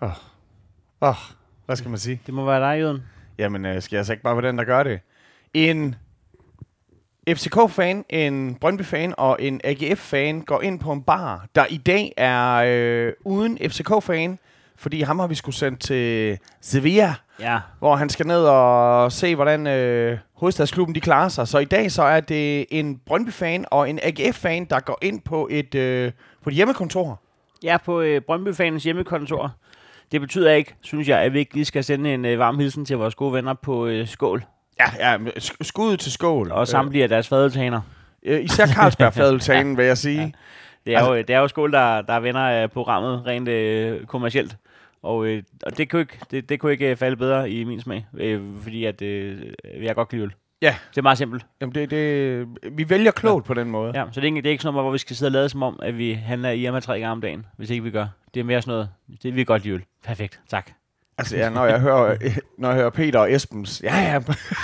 Hvad skal man sige? Det må være dig, Jøden. Jamen, skal jeg så ikke bare være den, der gør det? En FCK-fan, en Brøndby-fan og en AGF-fan går ind på en bar, der i dag er uden FCK-fan, fordi ham har vi skulle sendt til Sevilla, hvor han skal ned og se, hvordan hovedstadsklubben de klarer sig. Så i dag så er det en Brøndby-fan og en AGF-fan, der går ind på et hjemmekontor. Ja, på Brøndby-fanens hjemmekontor. Det betyder ikke, synes jeg, at vi ikke lige skal sende en varm hilsen til vores gode venner på Skål. Ja, skud til Skål. Og samtlige af deres fadeltaner. Især Carlsberg-fadeltanen, vil jeg sige. Ja. Det er jo Skål, der er venner af programmet rent kommercielt. Og det kunne ikke falde bedre i min smag, fordi at jeg godt kan lide øl. Ja. Det er meget simpelt. Jamen vi vælger klogt på den måde. Ja, så det er ikke sådan noget, hvor vi skal sidde og lade som om, at vi handler i Irma 3 gange om dagen, hvis ikke vi gør. Det er mere sådan noget, det vi godt lide øl. Perfekt, tak. Altså ja, når jeg hører Peter og Esbens, ja.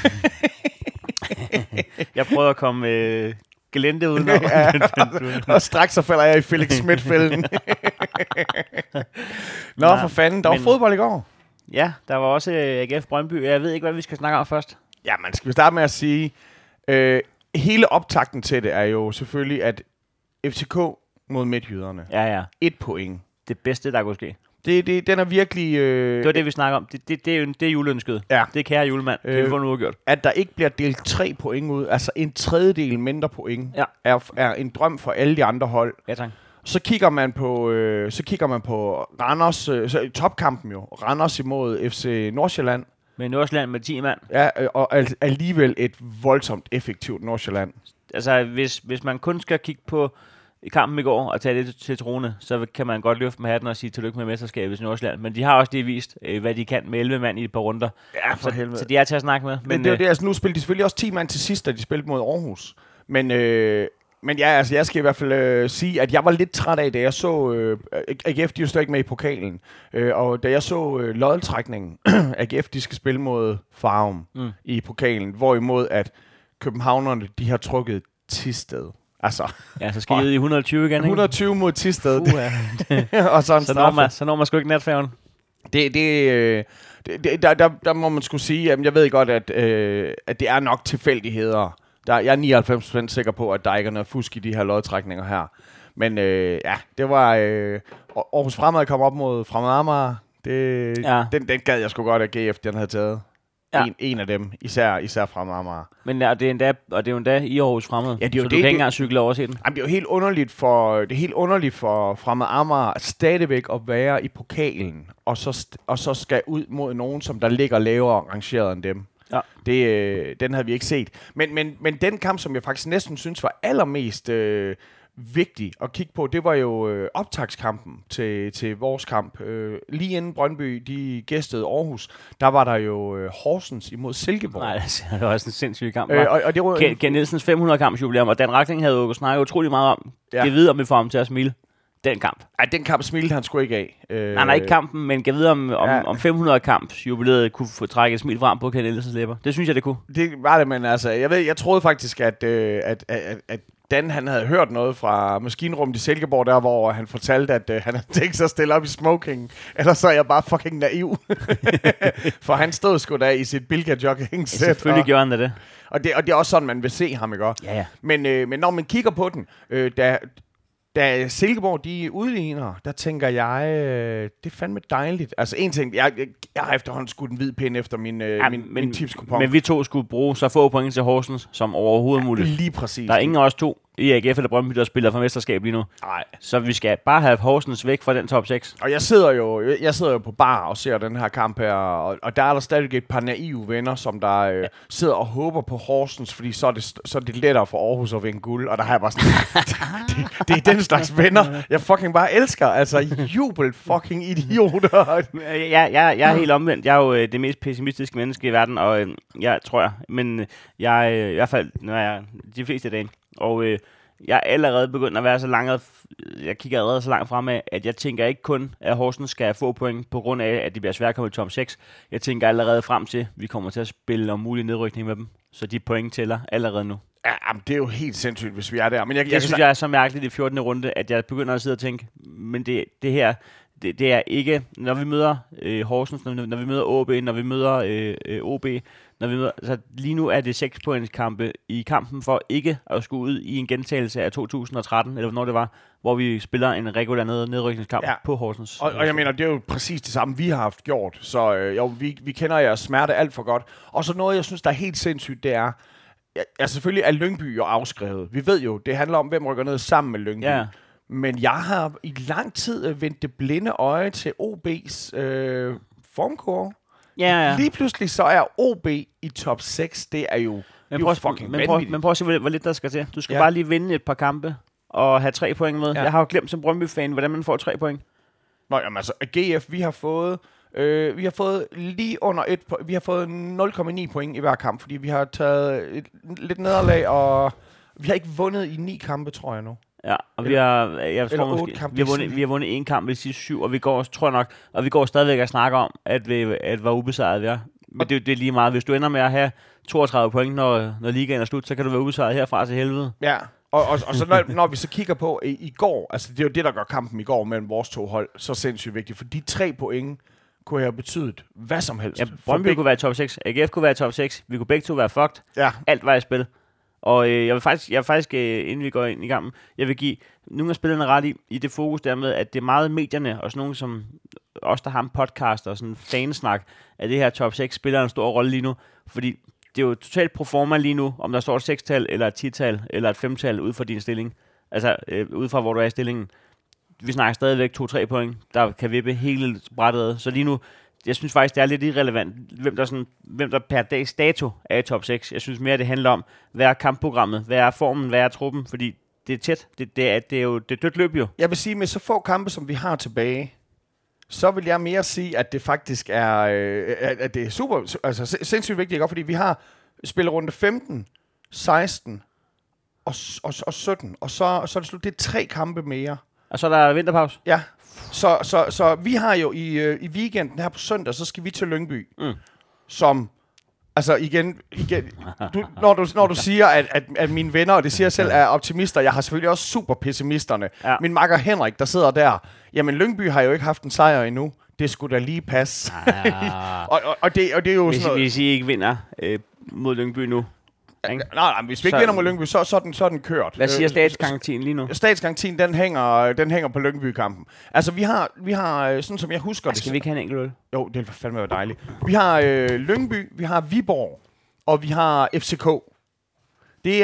Jeg prøver at komme gelente udenom. Og straks så falder jeg i Felix Schmidt-fælden. For fanden, der var fodbold i går. Ja, der var også AGF Brøndby. Jeg ved ikke, hvad vi skal snakke om først. Ja, man skal starte med at sige, hele optakten til det er jo selvfølgelig, at FCK mod midtjyderne. Ja. 1 point. Det bedste, der kunne ske. Den er virkelig... Det var det, vi snakker om. Det er juleønsket. Ja. Det er kære julemand. Det er fundet udgjort. At der ikke bliver delt 3 point ud, altså en tredjedel mindre point, er en drøm for alle de andre hold. Ja, tak. Så kigger man på Randers, topkampen jo. Randers imod FC Nordsjælland. Med Nordsjælland med 10 mand. Ja, og alligevel et voldsomt effektivt Nordsjælland. Altså, hvis man kun skal kigge på i kampen i går og tage det til trone, så kan man godt løfte med hatten og sige tillykke med mesterskabet til Nordsjælland. Men de har også lige vist, hvad de kan med 11 mand i et par runder. Ja, for helvede. Så de er til at snakke med. Men det er det, altså nu spiller de selvfølgelig også 10 mand til sidst, da de spillede mod Aarhus. Men ja, altså jeg skal i hvert fald sige, at jeg var lidt træt af, da jeg så AGF, de er jo stadig ikke med i pokalen. Og da jeg så lodtrækningen, AGF, de skal spille mod Farum i pokalen, hvorimod at københavnerne, de har trukket Thisted. Altså, ja, så skal I ud i 120 igen, ikke? 120 mod Thisted. Og så når man sgu ikke natfærgen. Der må man skulle sige, at jeg ved godt, at det er nok tilfældigheder. Jeg er 99% sikker på, at der ikke er noget fusk i de her lodtrækninger her. Men det var... Aarhus Fremad kom op mod Fremad Amager. Den gad jeg sgu godt, at GF den havde taget. Ja. En af dem, især Fremad Amager. Men det er jo endda i Aarhus Fremad, ja, så du kan ikke engang cykle over til den. Jamen, det er jo helt underligt for Fremad Amager stadigvæk at være i pokalen, og så skal ud mod nogen, som der ligger lavere rangeret end dem. Ja. Den havde vi ikke set. Men den kamp, som jeg faktisk næsten synes var allermest vigtig at kigge på, det var jo optagskampen til vores kamp. Lige inden Brøndby, de gæstede Aarhus, der var der jo Horsens imod Silkeborg. Nej, det var også en sindssyg kamp. Ken Nielsens 500-kamps jubilæum, og Dan Racklin havde jo snakket utrolig meget om. Ja. Kan vide, om vi får ham til at smile. Den kamp. Ej, den kamp smilte han sgu ikke af. Nej, ikke kampen, men kan vide, om 500-kamps jubilæet kunne få trækket et smil frem på Ken Nielsens læber. Det synes jeg, det kunne. Det var det, men altså, jeg troede faktisk, at Dan, han havde hørt noget fra maskinrummet i Silkeborg, der hvor han fortalte, at han havde tænkt sig at stille op i smoking. Ellers så er jeg bare fucking naiv. For han stod sgu da i sit Bilka-jogging-sæt. Ja, selvfølgelig gjorde han det. Og det er også sådan, man vil se ham, ikke? Ja. Men når man kigger på den, da Silkeborg, de udligner, der tænker jeg, det er fandme dejligt. Altså en ting, jeg har efterhånden skudt en hvid pind efter min tipskupon. Men vi to skulle bruge så få point til Horsens, som overhovedet muligt. Lige præcis. Der er ingen af os to i AGF eller Brøndby, der spiller for mesterskab lige nu. Nej. Så vi skal bare have Horsens væk fra den top 6. Og jeg sidder jo på bar og ser den her kamp her, og der er der stadig et par naive venner, som der sidder og håber på Horsens, fordi så er det lettere for Aarhus at vinde guld, og der har jeg bare sådan, det er den slags venner, jeg fucking bare elsker. Altså, jubel fucking idioter. Jeg er helt omvendt. Jeg er jo det mest pessimistiske menneske i verden, og jeg tror, men jeg i hvert fald, når jeg de fleste dage. Og jeg er allerede begyndt at være så langt, jeg kigger allerede så langt fremad, at jeg tænker ikke kun, at Horsens skal få point på grund af, at det bliver svært at komme i top 6. Jeg tænker allerede frem til, at vi kommer til at spille om mulig nedrykning med dem. Så de point tæller allerede nu. Ja, det er jo helt sindssygt, hvis vi er der. Men jeg synes, jeg er så mærkeligt i 14. runde, at jeg begynder at sidde og tænke, men det her, det er ikke, når vi møder Horsens, når vi møder OB, når vi møder OB, når vi møder, altså lige nu er det 6 points kampe i kampen for ikke at skulle ud i en gentagelse af 2013, eller hvornår det var, hvor vi spiller en regulær nedrykningskamp på Horsens. Og jeg mener, det er jo præcis det samme, vi har haft gjort, så vi kender jeres smerte alt for godt. Og så noget, jeg synes, der er helt sindssygt, det er, selvfølgelig er Lyngby jo afskrevet. Vi ved jo, det handler om, hvem rykker ned sammen med Lyngby. Ja. Men jeg har i lang tid vendt det blinde øje til OB's formkurve. Ja. Lige pludselig så er OB i top 6. Det er jo fucking vanvittigt. Men prøv at se, hvor lidt der skal til. Du skal bare lige vinde et par kampe og have 3 point med. Ja. Jeg har jo glemt som Brøndby-fan, hvordan man får 3 point. Nå, jamen altså, GF, vi har fået lige under vi har fået 0,9 point i hver kamp, fordi vi har taget lidt nederlag, og vi har ikke vundet i 9 kampe, tror jeg nu. Ja, og vi har vundet 1 kamp i de sidste 7, og vi går, tror jeg nok, og vi går stadigvæk og snakker om, at hvor ubesejret vi er. Men det er lige meget. Hvis du ender med at have 32 point, når ligaen er slut, så kan du være ubesejret herfra til helvede. Ja, og så når vi så kigger på i går, altså det er jo det, der gør kampen i går mellem vores 2 hold så sindssygt vigtigt, for de 3 point kunne have betydet hvad som helst. Ja, Brøndby kunne være i top 6, AGF kunne være i top 6, vi kunne begge to være fucked. Ja. Alt var i spil. Og jeg vil faktisk inden vi går ind i gang, jeg vil give nogle af spillerne ret i det fokus der med, at det er meget medierne, og sådan nogle som os, der har en podcast og sådan en fansnak, at det her top 6 spiller en stor rolle lige nu, fordi det er jo totalt proforma lige nu, om der står et 6-tal, eller et 10-tal, eller et 5-tal ud fra din stilling. Altså ud fra, hvor du er i stillingen. Vi snakker stadigvæk 2-3 point, der kan vippe hele brættet. Så lige nu, jeg synes faktisk, det er lidt irrelevant, hvem der per dags dato er i top 6. Jeg synes mere, det handler om, hvad er kampprogrammet, hvad er formen, hvad er truppen, fordi det er tæt. Det er jo det dødt løb jo. Jeg vil sige, med så få kampe, som vi har tilbage, så vil jeg mere sige, at det faktisk er, at det er super, altså sindssygt vigtigt, fordi vi har spillerunde 15, 16 og 17, og så er det slut. Det er 3 kampe mere. Og så er der vinterpause? Ja. Så vi har jo i weekenden her på søndag, så skal vi til Lyngby, som, altså igen når du siger, at mine venner, og det siger jeg selv, er optimister, jeg har selvfølgelig også super pessimisterne. Ja. Min makker Henrik, der sidder der, jamen Lyngby har jo ikke haft en sejr endnu. Det skulle da lige passe. og det er jo sådan noget. Hvis I ikke vinder mod Lyngby nu. Nej, hvis vi ikke vinder mod Lyngby, så er den kørt. Hvad siger statsgarantien lige nu? Statsgarantien, den hænger på Lyngby-kampen. Altså, vi har sådan som jeg husker det. Skal vi ikke have en enkelt øl? Jo, det vil fandme være dejligt. Vi har Lyngby, vi har Viborg, og vi har FCK. Det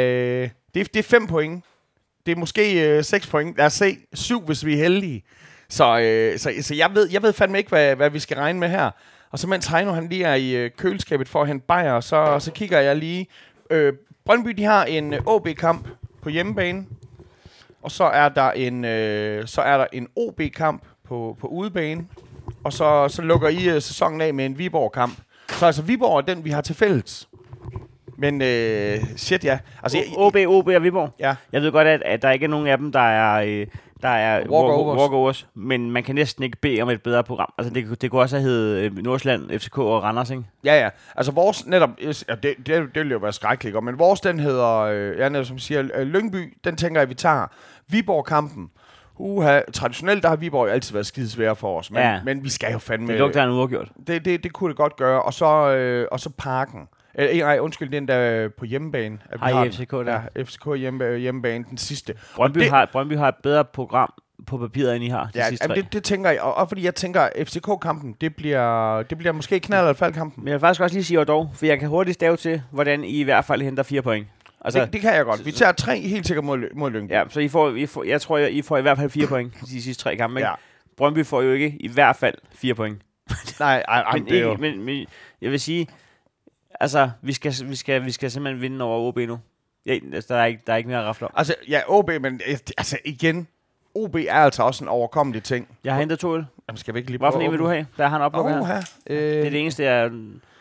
er 5 point. Det er måske 6 point. Lad os se. 7, hvis vi er heldige. Så jeg ved fandme ikke, hvad vi skal regne med her. Og så mens Heino han lige er i køleskabet for at hente bajer, så kigger jeg lige. Brøndby, de har en OB-kamp på hjemmebane. Og så er der en OB-kamp på udebane. Og så lukker I sæsonen af med en Viborg-kamp. Så altså Viborg er den, vi har til fælles. Men shit, ja. Altså, OB og Viborg? Ja. Jeg ved godt, at der ikke er nogen af dem, der er walkovers, men man kan næsten ikke bede om et bedre program. Altså, det kunne også have heddet Nordsjælland, FCK og Randers, ikke? Ja. Altså, vores netop... Ja, det vil jo være skrækkeligt, men vores, den hedder... netop som siger, Lyngby, den tænker jeg, vi tager. Viborg-kampen. Traditionelt, der har Viborg jo altid været skidesvære for os, men vi skal jo fandme... Det lugter en uafgjort. Det kunne det godt gøre. Og så Parken. Undskyld, den der på hjemmebane. FCK der. Ja, FCK hjemmebane, den sidste. Brøndby har et bedre program på papiret, end I har de sidste 3. Det tænker jeg, og fordi jeg tænker, at FCK-kampen, det bliver måske knald- eller fald-kampen. Men jeg vil faktisk også lige sige dog, for jeg kan hurtigt stave til, hvordan I hvert fald henter 4 point. Altså, det kan jeg godt. Vi tager 3 helt sikkert mod Lyngby. Ja, så jeg tror, I får i hvert fald 4 point de sidste 3 kampe. Ja. Brøndby får jo ikke i hvert fald 4 point. Nej, men jeg vil sige... Altså, vi skal simpelthen vinde over OB nu. Ja, altså, der er ikke mere at rafle om. Altså, ja, OB, men altså igen, OB er altså også en overkommelig ting. Jeg har hentet 2 øl. Jamen, skal vi ikke lige prøve? Hvorfor en vil du have? Der har han oplukker her. Det er det eneste, jeg...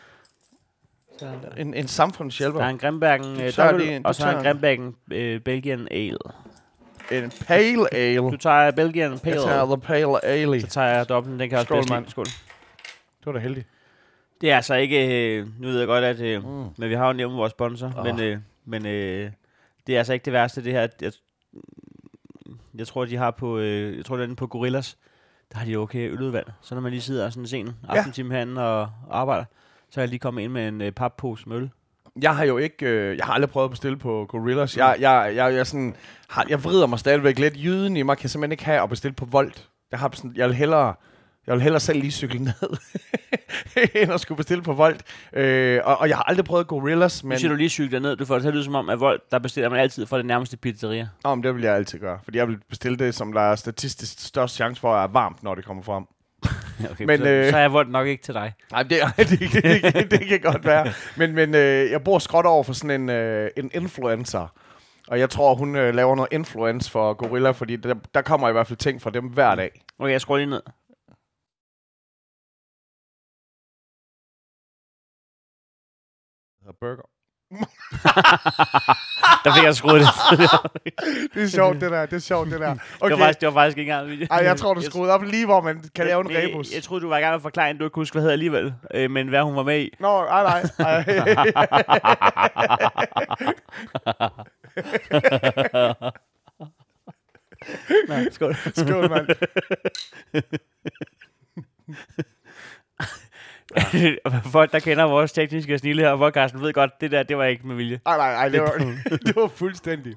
En samfundshjælper. Der er en Grimbergen dobbelt, og så er en Grimbergen Belgian Ale. En Pale Ale. Du tager Belgian Pale Ale. Jeg tager The Pale Ale. Så tager jeg dobbelt, den kan også bedst lide. Skål. Det var da heldigt. Det er altså ikke... Nu ved jeg godt, at... Men vi har jo nævnt vores sponsor. Men det er altså ikke det værste, det her. Jeg tror, de har på... Jeg tror, det er på Gorillas. der har de okay øludvalg. Så når man lige sidder sådan en sen aftentime herinde og arbejder, så er jeg lige kommet ind med en pappose med øl. Jeg har jo ikke, jeg har aldrig prøvet at bestille på Gorillas. Jeg vrider mig stadigvæk lidt. Jyden i mig kan simpelthen ikke have at bestille på Volt. Jeg vil hellere selv lige cykle ned, end at skulle bestille på Volt. Og jeg har aldrig prøvet Gorillas. Men... Nu siger du lige cykle ned. Du får det til at lyde som om, at Volt, der bestiller man altid fra det nærmeste pizzeria. Men det vil jeg altid gøre. Fordi jeg vil bestille det, som der er statistisk størst chance for, at er varmt, når det kommer frem. Okay, men, så er Volt nok ikke til dig. Nej, det kan godt være. Men jeg bor skråt over for sådan en influencer. Og jeg tror, hun laver noget influence for Gorilla, fordi der kommer i hvert fald ting fra dem hver dag. Okay, jeg scroller lige ned. Burger. Der fik jeg skruet det. Det er sjovt, det der. Okay. Det var faktisk ikke engang video. Ej, jeg tror, du skruede op lige, hvor man kan lave en rebus. Jeg troede, du var i gang med at forklare, at du ikke kunne huske, hvad hedder alligevel. Men hvad hun var med i. Nå, nej. Nej, skål. Skål, mand. Folk, der kender vores tekniske snille her og podcasten, ved godt, det var ikke med vilje. Nej, det var fuldstændig.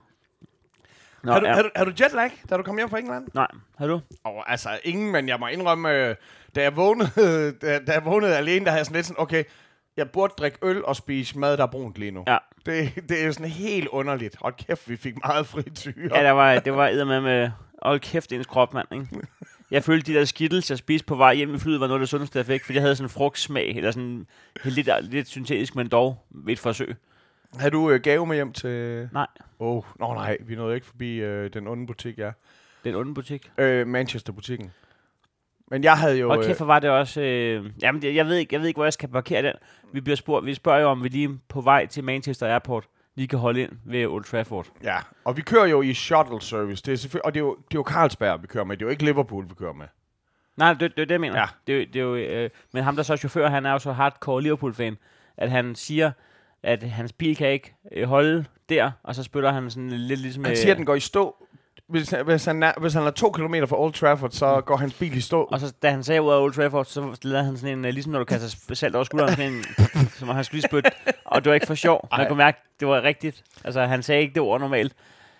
Nå, har du jetlag, da du kom hjem fra England? Nej, har du? Altså, ingen, men jeg må indrømme, da jeg vågnede alene, der havde jeg sådan lidt sådan, okay, jeg burde drikke øl og spise mad, der er brunt lige nu. Ja. Det er jo sådan helt underligt. Hold kæft, vi fik meget frityre. Ja, det var eddermame med hold kæft, ens krop, mand, ikke? Jeg følte, de der skittles, jeg spiste på vej hjem i flyet, var noget af det sundeste, jeg fik, fordi jeg havde sådan en frugtsmag, eller sådan lidt syntetisk, men dog ved et forsøg. Har du gave med hjem til... Nej. Nej, vi nåede ikke forbi den onde butik, ja. Den onde butik? Manchester-butikken. Men jeg havde jo... Og kæft, var det også... Jamen, jeg ved ikke, hvor jeg skal parkere den. Vi spørger jo, om vi lige på vej til Manchester Airport lige kan holde ind ved Old Trafford. Ja, og vi kører jo i shuttle service. Det er selvfølgelig, og det er jo Carlsberg, vi kører med. Det er jo ikke Liverpool, vi kører med. Nej, det er det, jeg mener. Ja. Det er jo, men ham, der så er chauffør, han er jo så hardcore Liverpool-fan, at han siger, at hans bil kan ikke holde der, og så spytter han sådan lidt ligesom... Han siger, at den går i stå. Hvis han er 2 kilometer fra Old Trafford, så går hans bil i stå. Og så da han sagde ud af Old Trafford, så lavede han sådan en, ligesom når du kaster salt over skulderen, sådan en, som han skulle lige spytte. Og det var ikke for sjov. Man kunne mærke, det var rigtigt. Altså, han sagde ikke det ord normalt.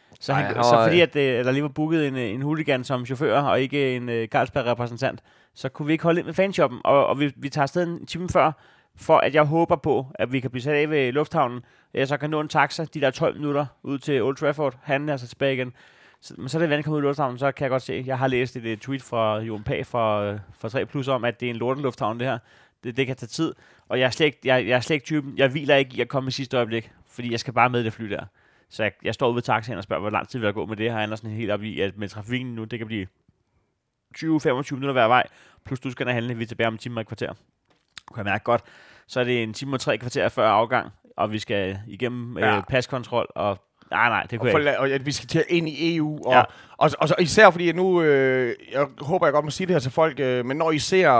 Så fordi at der lige var booket en hooligan som chauffør, og ikke en Carlsberg-repræsentant, så kunne vi ikke holde ind med fanshoppen. Og vi tager afsted en time før, for at jeg håber på, at vi kan blive sat af ved lufthavnen. Jeg så kan nå en taxa, de der 12 minutter ud til Old Trafford. Han er så tilbage igen. Men så er det vandet kommet ud i lufthavnen, så kan jeg godt se, jeg har læst et tweet fra Jon Pag fra 3+ om, at det er en lortelufthavn, det her. Det kan tage tid, og jeg er slet ikke typen, jeg hviler ikke i at komme i sidste øjeblik, fordi jeg skal bare med det fly der. Så jeg står ude ved taxaen og spørger, hvor lang tid vil jeg gå med det her, og Andersen er helt op i, at med trafikken nu, det kan blive 20-25 minutter hver vej, plus du skal handle, vi er tilbage om en time og et kvarter. Kan jeg mærke godt. Så er det en time og 3 kvarter før afgang, og vi skal igennem paskontrol, og nej, det kunne jeg ikke. Og at vi skal til ind i EU, og så især fordi nu, jeg håber jeg godt må sige det her til folk, men når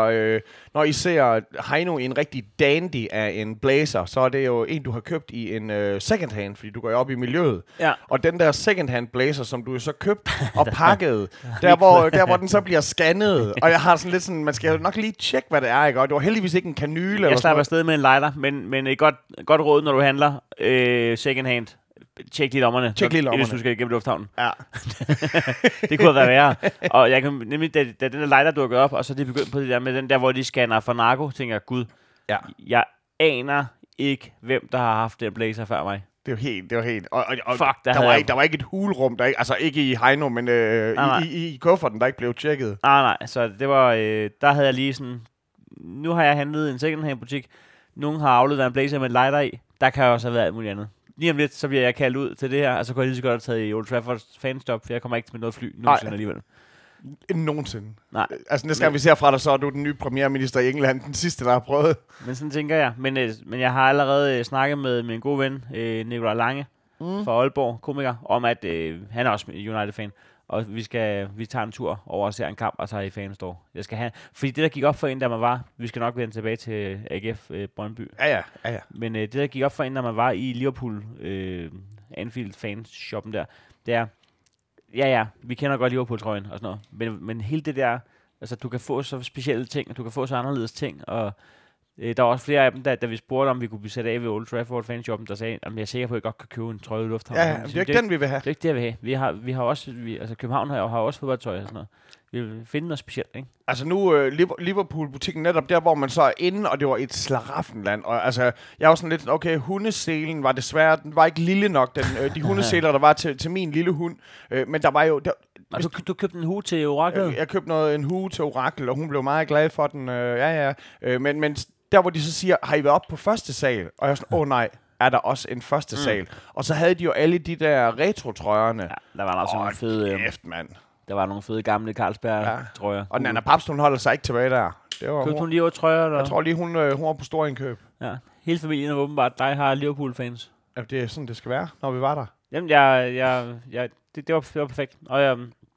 I ser Heino i en rigtig dandy af en blazer, så er det jo en, du har købt i en second hand, fordi du går jo op i miljøet. Ja. Og den der second hand blazer, som du så købt og pakket, der hvor den så bliver scannet, og jeg har sådan lidt sådan, man skal jo nok lige tjekke, hvad det er, ikke? Og det var heldigvis ikke en kanyle. Jeg slapper afsted med en lighter, men et godt råd, når du handler second hand. Tjek lige lommerne, hvis du skal igennem lufthavnen. Ja. Det kunne have været værre. Og jeg kan nemlig, da den der lighter dukkede op, og så de begyndte på det der med den der, hvor de scanner for narko, tænker jeg, gud, jeg aner ikke, hvem der har haft den blazer før mig. Det var helt... Og fuck, der var ikke et hulrum, der ikke, altså ikke i Heino, men i kufferten, der ikke blev tjekket. Nej, så det var, der havde jeg lige sådan, nu har jeg handlet i en secondhand butik, nogen har afleveret en blazer med en lighter i, der kan jo også have været alt muligt andet. Lige om lidt, så bliver jeg kaldt ud til det her, og så kunne jeg lige så godt have taget i Old Trafford fanstop, for jeg kommer ikke med noget fly nogensinde alligevel. Nogensinde. Nej. Altså næste gang vi ser fra dig, så er du den nye premierminister i England, den sidste, der har prøvet. Men sådan tænker jeg. Men jeg har allerede snakket med min gode ven, Nikolaj Lange, fra Aalborg, komiker, om at han er også United-fan. Og vi tager en tur over og ser en kamp, og så er i Fanstore. Jeg skal have, fordi det, der gik op for en, da man var, vi skal nok vende tilbage til AGF Brøndby. Ja. Men det, der gik op for en, da man var i Liverpool Anfield fanshoppen der, det er, vi kender godt Liverpool-trøjen og sådan noget, men hele det der Altså, du kan få så specielle ting, og du kan få så anderledes ting, og der var også flere af dem, da vi spurgte, om vi kunne blive sat af ved Old Trafford fanshoppen, der sagde, at jeg er sikker på, at jeg godt kan købe en trøje i Lufthavn. Ja, det er ikke den, vi vil have. Det er ikke det, jeg vil have. Vi har også, altså København har også fodboldtøj og sådan noget. Vi vil finde noget specielt, ikke? Altså nu, Liverpool-butikken netop der, hvor man så er inde, og det var et slaraffenland. Og altså, jeg var sådan lidt, okay, hundeselen var desværre, den var ikke lille nok, de hundeseler, der var til min lille hund. Men der var jo... Du købte en hue til Orakel? Jeg købte en hue til Orakel, og hun blev meget glad for den. Men der, hvor de så siger, har I været op på første sal? Og jeg er sådan, nej, er der også en første sal? Og så havde de jo alle de der retro-trøjerne. Ja, der var også nogle fede... mand. Der var nogle fede gamle Carlsberg-trøjer. Og Nana Pabst, hun holder sig ikke tilbage der. Købte hun lige over trøjer? Eller? Jeg tror lige, hun var på stor indkøb. Ja, hele familien er åbenbart dig har Liverpool-fans. Ja, det er sådan, det skal være, når vi var der. Jamen, det var perfekt. Og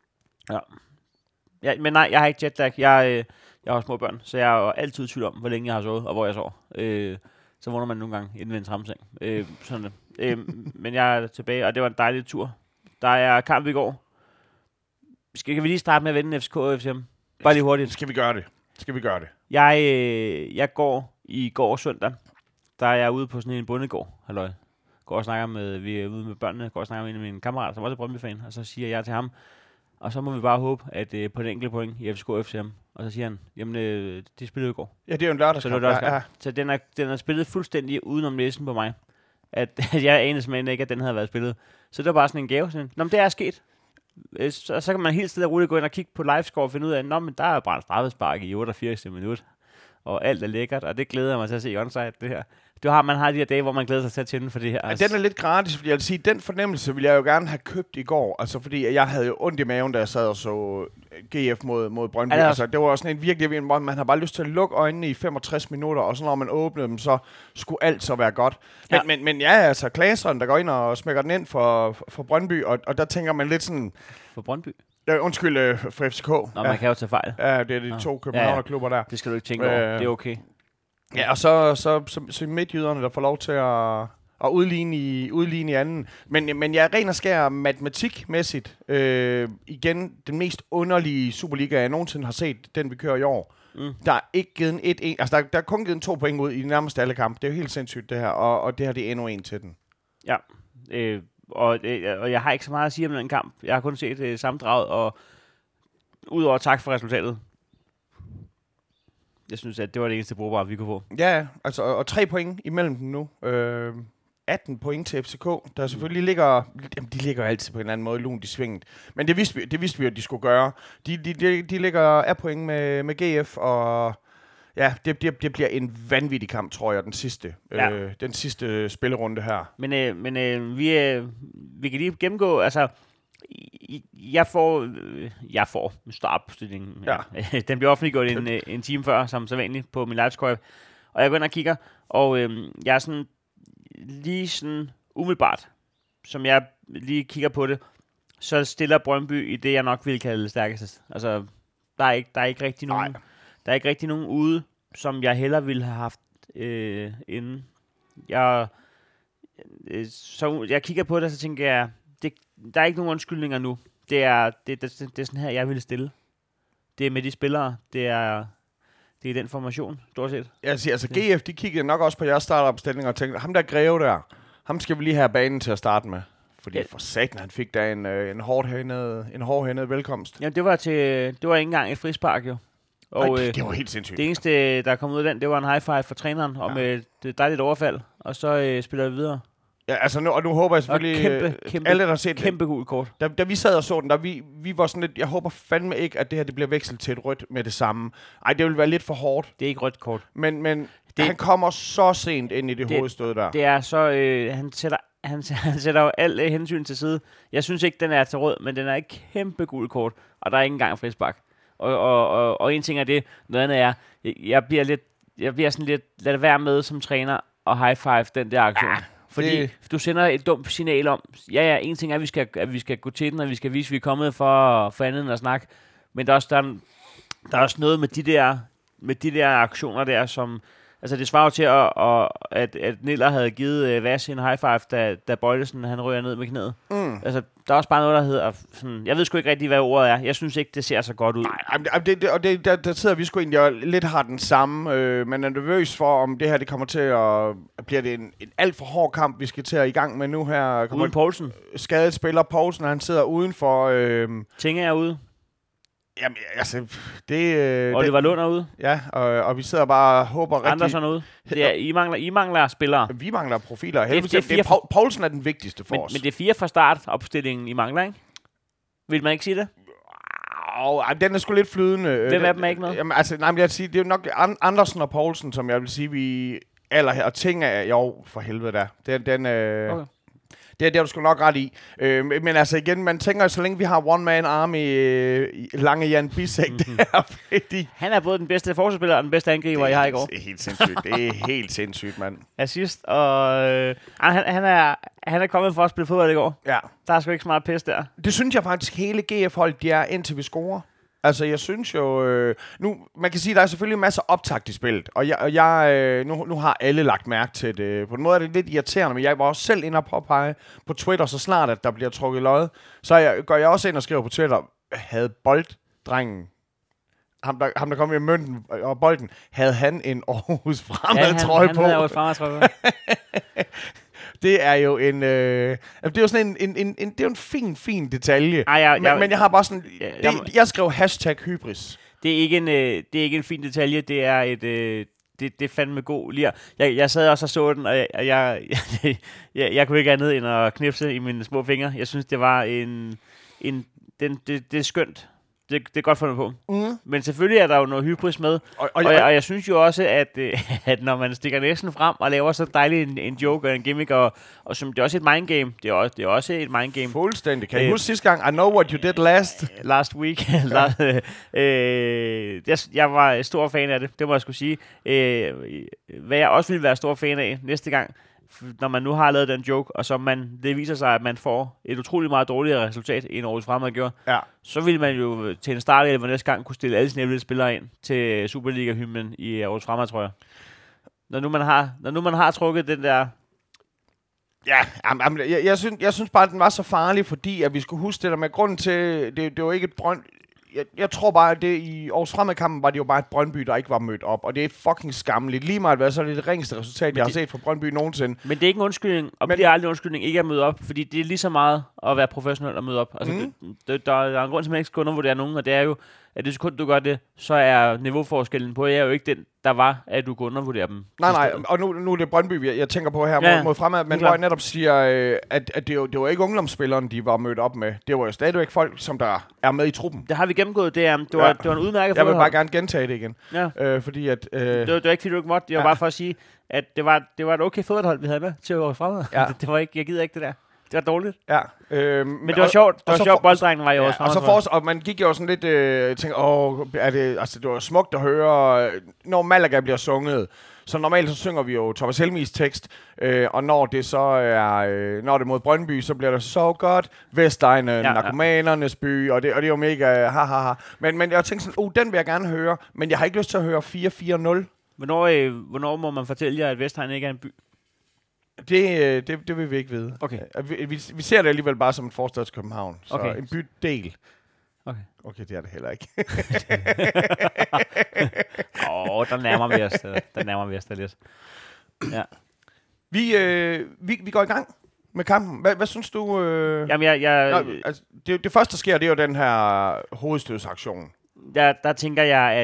men nej, jeg har ikke jetlag. Jeg har små børn, så jeg er altid i tvivl om, hvor længe jeg har sovet, og hvor jeg sover. Så vågner man nogle gange inden ved en trammeseng. Sådan det. Men jeg er tilbage, og det var en dejlig tur. Der er kamp i går. Skal vi lige starte med at vende FCK og FCM? Bare lige hurtigt. Skal vi gøre det? Jeg går i går søndag, der er jeg ude på sådan en bondegård, halløj. Vi er ude med børnene, går og snakker med en af mine kammerater, som også er Brøndby-fan, og så siger jeg til ham, og så må vi bare håbe, at på en enkelt point i FCK og FCM, og så siger han, jamen, de spillede i går. Ja, det er jo en lørdagskamp. Så den er spillet fuldstændig udenom næsen på mig, at jeg anede simpelthen ikke, at den havde været spillet. Så det var bare sådan en gave. Sådan, nå, men det er sket. Så kan man helt stille og roligt gå ind og kigge på livescore og finde ud af, nå, men der er bare en straffespark i 88 minut, og alt er lækkert, og det glæder jeg mig til at se onside, det her. Man har de her dage, hvor man glæder sig til at tænde for det her. Altså. Ja, den er lidt gratis, fordi jeg vil sige, den fornemmelse ville jeg jo gerne have købt i går. Altså, fordi jeg havde jo ondt i maven, da jeg sad og så GF mod Brøndby. Altså, det var sådan en virkelig, man har bare lyst til at lukke øjnene i 65 minutter, og så når man åbnede dem, så skulle alt så være godt. Men ja, altså, Klaseren, der går ind og smækker den ind for Brøndby, og der tænker man lidt sådan... For Brøndby? Undskyld, for FCK. Nå, man kan jo tage fejl. Ja, det er de to Københavner-klubber der. Det skal du ikke tænke over. Det er okay. Ja, og så midtjyderne, der får lov til at udligne i anden. Men jeg er ren og skær matematikmæssigt. Igen, den mest underlige Superliga, jeg nogensinde har set, den vi kører i år. Der er ikke givet altså der er kun givet 2 point ud i de nærmeste alle kampe. Det er jo helt sindssygt, det her. Og det her, det er endnu en til den. Ja, og jeg har ikke så meget at sige om den kamp. Jeg har kun set sammendraget, og udover tak for resultatet. Jeg synes, at det var det eneste brugbare, vi kunne få. Ja, altså, og 3 point imellem dem nu. 18 point til FCK, der selvfølgelig ligger... Jamen, de ligger altid på en eller anden måde lunt i svinget. Men det vidste vi, at de skulle gøre. De ligger af point med GF, og ja, det bliver en vanvittig kamp, tror jeg, den sidste spillerunde her. Men vi kan lige gennemgå, altså... Jeg får startopstillingen. Ja. Den bliver offentliggjort en time før, som sædvanligt på min livescore. Og jeg går ind og kigger, og jeg er sådan lige sådan umiddelbart, som jeg lige kigger på det, så stiller Brøndby i det, jeg nok ville kalde det stærkeste. Altså, der er ikke rigtig nogen, der er ikke rigtig nogen ude, som jeg hellere ville have haft inden. Så jeg kigger på det, så tænker jeg, der er ikke nogen undskyldninger nu. Det er sådan her, jeg ville stille. Det er med de spillere. Det er den formation, stort set. Jeg siger, altså GF, de kiggede nok også på jeres startopstilling og tænkte, ham der Greve der, ham skal vi lige have banen til at starte med. Fordi for satan, han fik da en hårdhændet velkomst. Ja, det var ikke engang et frispark jo. Og nej, det var helt sindssygt. Det eneste, der kom ud af den, det var en high five for træneren, og med et dejligt overfald, og så spiller vi videre. Ja, altså nu håber jeg selvfølgelig, alle der har set kæmpe gul kort. Da vi sad og så den, vi var sådan lidt, jeg håber fandme ikke, at det her det bliver vekslet til et rødt med det samme. Ej, det vil være lidt for hårdt. Det er ikke rødt kort. Men han kommer så sent ind i det hovedstød der. Det er så, han sætter jo alt hensyn til side. Jeg synes ikke, den er til rød, men den er et kæmpe gul kort, og der er ikke engang frispark. Og en ting er det, noget andet er, jeg bliver sådan lidt, lad det være med som træner og high five den der aktion. Fordi du sender et dumt signal om, en ting er, at vi skal gå til den, og vi skal vise, at vi er kommet for andet end at snakke. Men der er også noget med de der aktioner der, som... Altså, det svarer jo til, at Niller havde givet Vas en high five, da Bøjlesen, han ryger ned med knæet. Altså, der er også bare noget, der hedder sådan, jeg ved sgu ikke rigtig, hvad ordet er. Jeg synes ikke, det ser så godt ud. Nej, der sidder vi sgu egentlig og lidt har den samme, men er nervøs for, om det her det kommer til at blive det en alt for hård kamp, vi skal til at i gang med nu her. Uden Poulsen? Skadet spiller Poulsen, han sidder udenfor. Tinge er ude. Jamen, altså, det... Oliver Lund er ude. Ja, og vi sidder bare og håber rigtig... Andersen er ude. I mangler spillere. Vi mangler profiler. Poulsen er den vigtigste for os. Men det er 4 fra start, opstillingen I mangler, ikke? Vil man ikke sige det? Den er sgu lidt flydende. Hvem af dem er ikke noget? Jamen, altså, nej, men jeg vil sige, det er jo nok Andersen og Poulsen, som jeg vil sige, vi... og ting er... Jo, for helvede da. Okay. Det er du sgu nok ret i. Men altså igen, man tænker, så længe vi har one-man army lange Jan Bisek der, fordi... Han er både den bedste forsvarsspiller og den bedste angriber, jeg har i går. Det er helt sindssygt. Det er helt sindssygt, mand. Assist, og han er kommet for at spille fodbold i går. Ja. Der er sgu ikke så meget pis der. Det synes jeg faktisk hele GF-hold, de er, indtil vi scorer. Altså, jeg synes jo... nu, man kan sige, at der er selvfølgelig masser af optakt i spillet, og nu har alle lagt mærke til det. På en måde er det lidt irriterende, men jeg var også selv inde og påpege på Twitter, så snart at der bliver trukket lod, så går jeg også ind og skriver på Twitter, havde bolddrengen, ham der kom i mønten og bolden, havde han en Aarhus Fremad-trøje på? Ja, han havde Aarhus Fremad-trøje på. Det er jo en... det er jo sådan det er jo en fin detalje. Men jeg har bare sådan... Jeg skrev #hybris. Det er ikke en fin detalje. Det er et... Det er fandme god lir. Jeg sad også og så den, og jeg kunne ikke andet end at knipse i mine små fingre. Jeg synes, det var det er skønt. Det er godt fundet på. Men selvfølgelig er der jo noget hybris med. Og jeg synes jo også, at når man stikker næsen frem og laver så dejlig en joke og en gimmick, og som det er også et mindgame. Det er også et mindgame. Fuldstændig. Kan I huske sidste gang? I know what you did last week. Jeg var stor fan af det. Det må jeg skulle sige. Hvad jeg også ville være stor fan af næste gang, når man nu har lavet den joke, og det viser sig, at man får et utroligt meget dårligere resultat, end Aarhus Fremad gjorde, så vil man jo til en startelver næste gang kunne stille alle sine spillere ind til Superliga-hymnen i Aarhus Fremad, tror jeg. Når nu man har trukket den der... Ja, jeg synes bare, at den var så farlig, fordi at vi skulle huske det der med grunden til, det var ikke et jeg tror bare, at det i Aarhus Fremad-kampen var det jo bare et Brøndby, der ikke var mødt op. Og det er fucking skamligt. Lige meget hvad, så er det det ringeste resultat, jeg har set fra Brøndby nogensinde. Men det er ikke en undskyldning, og det er aldrig en undskyldning ikke at møde op, fordi det er lige så meget at være professionel og møde op. Altså, der er en grund til, at man ikke skal undervurdere nogen, og det er jo, at det sekund, du gør det, så er niveauforskellen på jer jo ikke den, der var, at du kunne undervurdere dem. Nej, og nu er det Brøndby, jeg tænker på her mod Fremad, men hvor jeg netop siger, at det var ikke ungdomsspilleren, de var mødt op med. Det var jo stadigvæk folk, som der er med i truppen. Det har vi gennemgået. Det var en udmærket Jeg vil bare gerne gentage det igen. Ja. Fordi at... Det var ikke, fordi du ikke måtte. Det var bare for at sige, at det var et okay fodboldhold, vi havde med til Aarhus Fremad. Ja. Det var ikke, jeg gider ikke det der. Det var dårligt. Ja. Men det var sjovt. Det var sjovt, bolddrengen var i Aarhus Fremad. Og man gik jo sådan lidt... tænkte, det var smukt at høre, når Malaga bliver sunget. Så normalt så synger vi jo Thomas Helmis tekst, og når det så er når det mod Brøndby, så bliver det så godt. Vestegnen, narkomanernes by, og det er jo mega ha. Men jeg tænkte sådan, den vil jeg gerne høre, men jeg har ikke lyst til at høre 4-4-0. Hvornår må man fortælle jer, at Vestegn ikke er en by? Det vil vi ikke vide. Okay. Vi ser det alligevel bare som en forstad til København. Så okay. En bydel. Okay, det er det heller ikke. Der nærmer vi os da lidt. Ja. Vi går i gang med kampen. Hvad synes du? Jamen, det første, der sker, det er jo den her hovedstødsaktion. Der tænker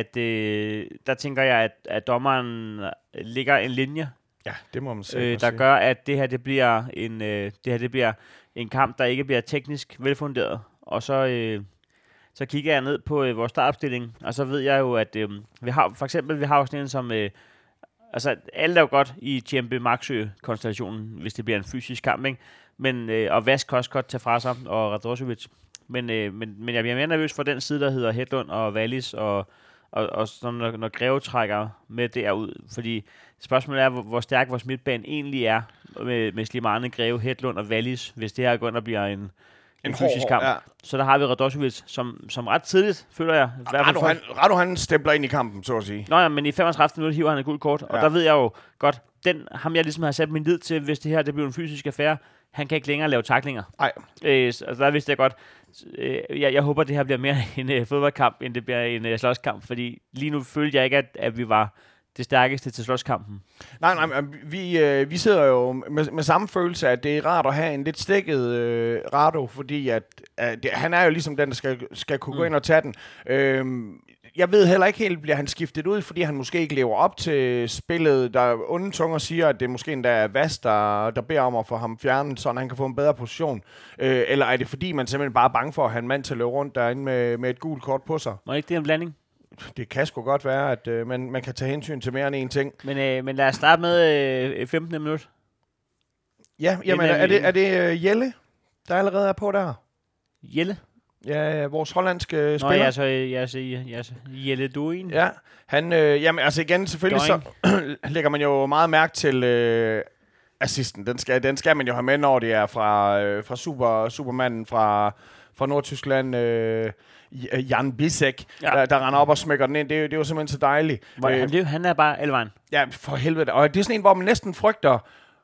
jeg, at dommeren lægger en linje. Ja, det må man sige. Der gør, at det her det bliver en kamp, der ikke bliver teknisk velfunderet. Og så kigger jeg ned på vores startopstilling, og så ved jeg jo, at vi har jo sådan en som... altså, alt er jo godt i Tjempe Maxø-konstellationen, hvis det bliver en fysisk kamp, ikke? Men, og Vask kan også godt tage fra sig, og Radrošević. Men jeg bliver mere nervøs for den side, der hedder Hedlund og Wallis, og når Greve trækker med derud. Fordi spørgsmålet er, hvor stærk vores midtbane egentlig er med Slimane, Greve, Hedlund og Wallis, hvis det her går ind og bliver en fysisk kamp. Ja. Så der har vi Radošević, som ret tidligt, føler jeg. Rado han stempler ind i kampen, så at sige. Nå ja, men i 35 minutter hiver han et gult kort, og der ved jeg jo godt, ham jeg ligesom har sat min lid til, hvis det her det bliver en fysisk affære, han kan ikke længere lave tacklinger. Nej. Altså der vidste jeg godt, jeg håber, det her bliver mere en fodboldkamp, end det bliver en slåskamp, fordi lige nu følte jeg ikke, at vi var det stærkeste til slåskampen. Nej, vi sidder jo med samme følelse, at det er rart at have en lidt stikket Rado, fordi at han er jo ligesom den, der skal kunne gå ind og tage den. Jeg ved heller ikke helt, bliver han skiftet ud, fordi han måske ikke lever op til spillet. Der er onde tunger siger, at det måske endda er Vas, der beder om at få ham fjernet, så han kan få en bedre position. Eller er det fordi, man simpelthen bare er bange for at have en mand til at løbe rundt derinde med et gult kort på sig? Må ikke det en blanding? Det kan sgu godt være, at man kan tage hensyn til mere end én ting. Men lad os starte med 15. minut. Ja, jamen er det Jelle, der allerede er på der? Jelle? Ja, vores hollandske spiller. Nå, jeg så Jelle Duin. Ja, han, jamen altså igen, selvfølgelig så lægger man jo meget mærke til assisten. Den skal man jo have med, når det er fra Supermanden fra Nordtyskland, Jan Bisek, der render op og smækker den ind. Det er jo simpelthen så dejligt. Han er bare alle vejen. Ja, for helvede. Og det er sådan en, hvor man næsten frygter,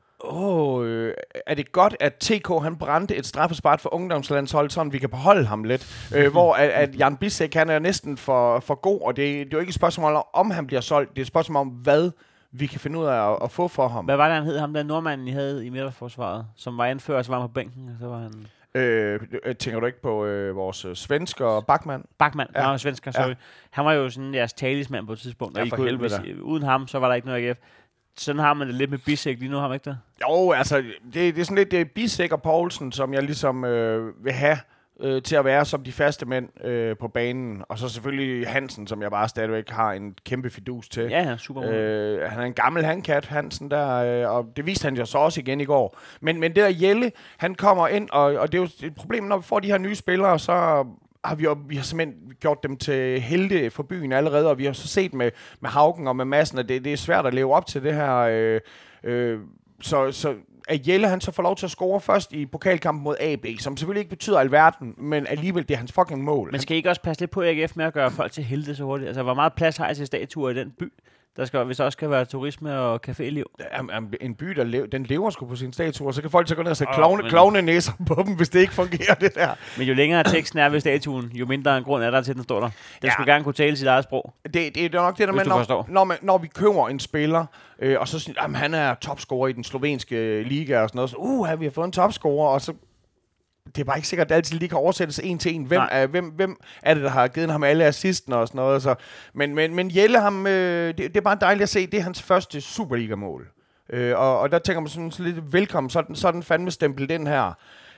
er det godt, at TK han brændte et straffespark for ungdomslandshold, sådan vi kan beholde ham lidt. Hvor at Jan Bisek, han er næsten for god, og det er jo ikke et spørgsmål om han bliver solgt, det er et spørgsmål om, hvad vi kan finde ud af at få for ham. Hvad var det, han hed? Ham der nordmanden, I havde i midterforsvaret, som var anfører, så var han på bænken, og så var han... Tænker du ikke på vores svensker Bachmann? Bachmann, ja. Svensker, sorry. Ja. Han var jo sådan jeres talismand på et tidspunkt, og uden ham, så var der ikke noget AGF. Sådan har man det lidt med Bisek lige nu, har man ikke det? Jo, altså, det er sådan lidt det er Bisek og Poulsen, som jeg ligesom vil have til at være som de faste mænd på banen. Og så selvfølgelig Hansen, som jeg bare stadigvæk har en kæmpe fidus til. Ja, super. Han er en gammel handkat, Hansen der, og det viste han jo så også igen i går. Men det der Jelle, han kommer ind, og det er jo et problem, når vi får de her nye spillere, så har vi har simpelthen gjort dem til helte for byen allerede, og vi har så set med Haugen og med Madsen, at det er svært at leve op til det her. Så at Jelle han så får lov til at score først i pokalkampen mod AB, som selvfølgelig ikke betyder alverden, men alligevel det er hans fucking mål. Men skal I ikke også passe lidt på AGF med at gøre folk til helte så hurtigt? Altså, hvor meget plads har I til statuer i den by? Hvis der også skal være turisme og caféliv. En by, den lever sgu på sine statuer, så kan folk så gå ned og sætte klovne næser på dem, hvis det ikke fungerer, det der. Men jo længere teksten er ved statuen, jo mindre en grund er der til, den står der. Den skulle gerne kunne tale sit eget sprog. Det er nok det, der med, når vi køber en spiller, og så siger han er topscorer i den slovenske liga og sådan noget, så vi har fået en topscorer, og så det er bare ikke sikkert, at det altid lige kan oversættes en til en. Hvem er det, der har givet ham alle assisten og sådan noget. Så. Men Jelle, ham, det er bare dejligt at se. Det er hans første Superliga-mål. Og der tænker man sådan lidt velkommen. Så er den fandme stempel den her.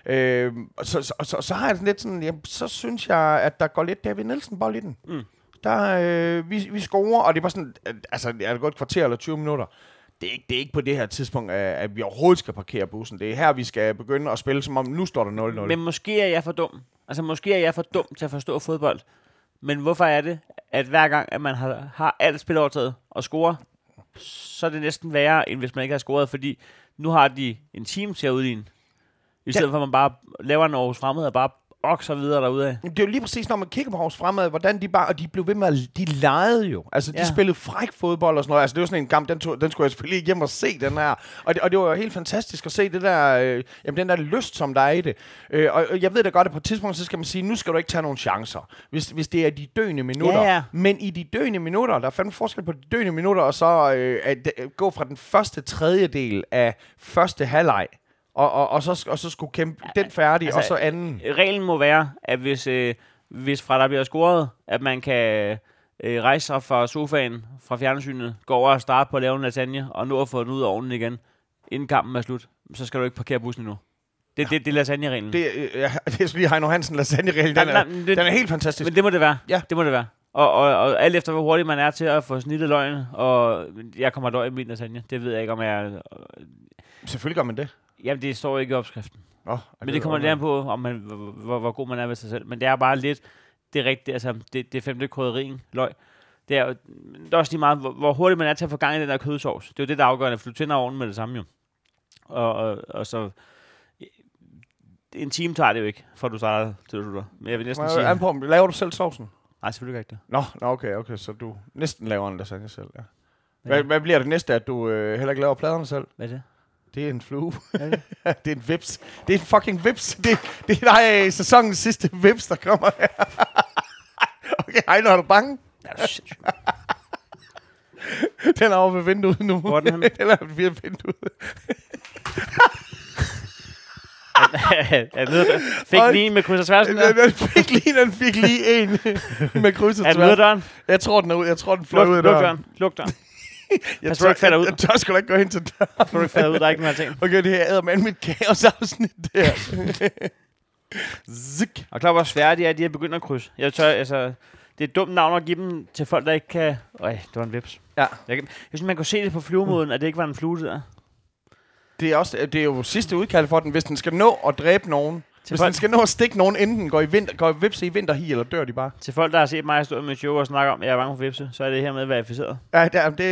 Så har jeg sådan lidt sådan, jamen, så synes jeg, at der går lidt David Nielsen-bold i den. Der, vi scorer, og det er bare sådan, altså er det gået et kvarter eller 20 minutter. Det er ikke på det her tidspunkt, at vi overhovedet skal parkere bussen. Det er her, vi skal begynde at spille, som om nu står der 0-0. Men måske er jeg for dum. Altså, måske er jeg for dum til at forstå fodbold. Men hvorfor er det, at hver gang, at man har alt spilovertaget og scorer, så er det næsten værre, end hvis man ikke har scoret, fordi nu har de en team til at udligne. I stedet for, at man bare laver en Aarhus Fremad og bare okser videre derudad. Det er jo lige præcis, når man kigger på Aarhus Fremad, hvordan de blev ved med at... De legede jo. Altså, de spillede fræk fodbold og sådan noget. Altså, det var sådan en kamp, den skulle jeg selvfølgelig ikke hjem og se, den her. Og det var jo helt fantastisk at se det der... den der lyst, som der er i det. Og jeg ved da godt, at på et tidspunkt, så skal man sige, nu skal du ikke tage nogen chancer. Hvis det er de døende minutter. Ja. Men i de døende minutter, der er fandme forskel på de døende minutter, og så at gå fra den første tredjedel af første halvleg, og så skulle kæmpe den færdig, altså, og så anden. Reglen må være, at hvis fra der bliver scoret, at man kan rejse sig fra sofaen, fra fjernsynet, gå over og starte på at lave en lasagne, og nå at få den ud af ovnen igen, inden kampen er slut, så skal du ikke parkere bussen endnu. Det er lasagne-reglen. Det er lige Heino Hansen lasagne-reglen. Den er helt fantastisk. Men det må det være. Ja. Det må det være. Og alt efter, hvor hurtigt man er til at få snittet løgn, og jeg kommer løg i min lasagne, det ved jeg ikke, om jeg... Selvfølgelig gør man det. Jamen, det står ikke i opskriften. Men det kommer lidt an på, om man, hvor god man er ved sig selv. Men det er bare lidt det rigtige, altså det femte krydderien, løg. Det er også lige meget, hvor hurtigt man er til at få gang i den der kødsovs. Det er jo det, der er afgørende, for du tænder ovnen med det samme jo. Og så... en time tager det jo ikke, for du starter til du slutter. Men jeg vil næsten sige... Laver du selv sovsen? Nej, selvfølgelig ikke det. Nå, okay, så du næsten laver en lasagne selv, ja. Hvad bliver det næste, at du heller ikke laver pladerne selv? Hvad er det? Det er en flue. Det er en vips. Det er en fucking vips. Det er sæsonens sidste vips, der kommer her. Okay, hej, nu er du bange? Ja, det er sindssygt. Den er over ved vinduet nu. Hvor er den henne? Den er ved vinduet. Fik lige en med kryds og tværsen der? Den fik lige en med kryds og tværs. Er den ude af døren? Jeg tror, den fløj ud af døren. Luk døren. Jeg tør sgu da ikke gå hen til døren. Jeg tror ikke falder ud, der er ikke nogen ting. Okay, det her æder med mit kaosafsnit der. Zik. Og klar, hvor svære de er, de har begyndt at krydse. Jeg tør, altså, det er et dumt navn at give dem til folk, der ikke kan... det var en vips. Ja. Jeg synes, man kunne se det på flyvemåden, at det ikke var en flue der. Det er jo sidste udkald for den, hvis den skal nå at dræbe nogen. Hvis den skal nå at stikke nogen, inden den går vipse i vinterhi, eller dør de bare. Til folk, der har set mig stå med show og snakke om, at jeg er bange for vipse, så er det hermed verificeret. Ja,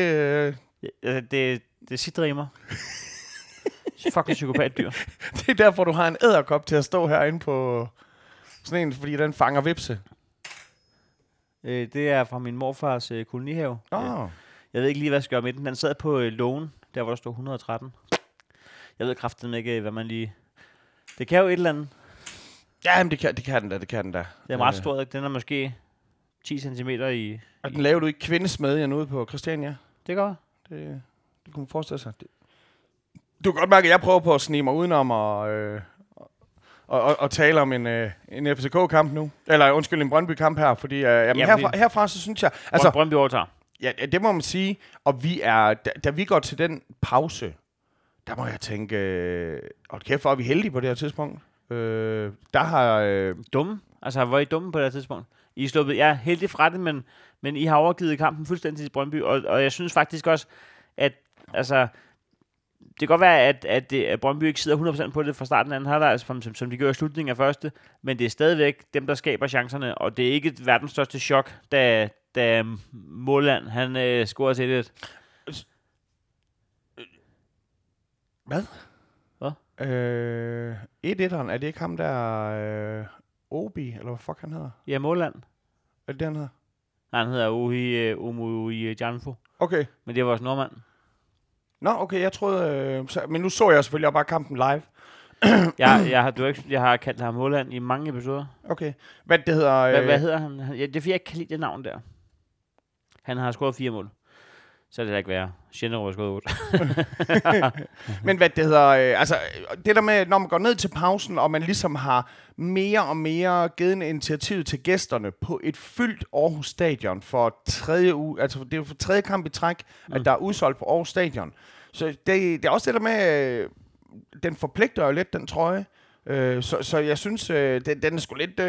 det sidrimer. Fucking psykopatdyr. Det er derfor, du har en edderkop til at stå herinde på sådan en, fordi den fanger vipse. Det er fra min morfars kolonihave. Jeg ved ikke lige, hvad jeg skal gøre med den. Den sad på lågen, der hvor der stod 113. Jeg ved kraftedeme ikke, hvad man lige... Det kan jo et eller andet. Ja, men det kan den da. Det er ret stor. Den er måske 10 cm i... Og den laver du ikke kvindesmedjen ude på Christiania? Det gør det kunne man forestille sig. Du kan godt mærke, at jeg prøver på at snige mig udenom og tale om en FCK-kamp nu. Eller undskyld, en Brøndby-kamp her. Fordi herfra, så synes jeg... Altså, Brøndby overtager. Ja, det må man sige. Og da vi går til den pause... Der må jeg tænke, hold kæft, hvor er vi heldige på det her tidspunkt. Der har... Dumme? Altså, var I dumme på det her tidspunkt? I er sluppet, heldig fra det, men I har overgivet kampen fuldstændig til Brøndby, og jeg synes faktisk også, at altså, det kan godt være, at Brøndby ikke sidder 100% på det fra starten af anden halvleg, altså, som de gør i slutningen af første, men det er stadigvæk dem, der skaber chancerne, og det er ikke verdens største chok, da Måland, han scorer til det. Hvad? Hvad? 1-1'eren, er det ikke ham der, Obi, eller hvad fuck han hedder? Ja, Måland. Er det han hedder? Nej, han hedder Omui Janfo. Okay. Men det er vores nordmand. Nå, okay, jeg troede... men nu så jeg selvfølgelig bare kampen live. Jeg har kaldt ham Måland i mange episoder. Okay. Hvad det hedder... Hvad hedder han? Det er fordi, jeg ikke kan lide det navn der. Han har scoret 4 mål. Så er det da ikke værre. Sjældent har skåret 8. Men hvad det hedder... altså, det der med, når man går ned til pausen, og man ligesom har mere og mere givet en initiativ til gæsterne på et fyldt Aarhus Stadion for tredje uge... Altså, det er jo for tredje kamp i træk, at der er udsolgt på Aarhus Stadion. Så det er også det der med... den forpligter jo lidt, den trøje. Så jeg synes, den er sgu lidt...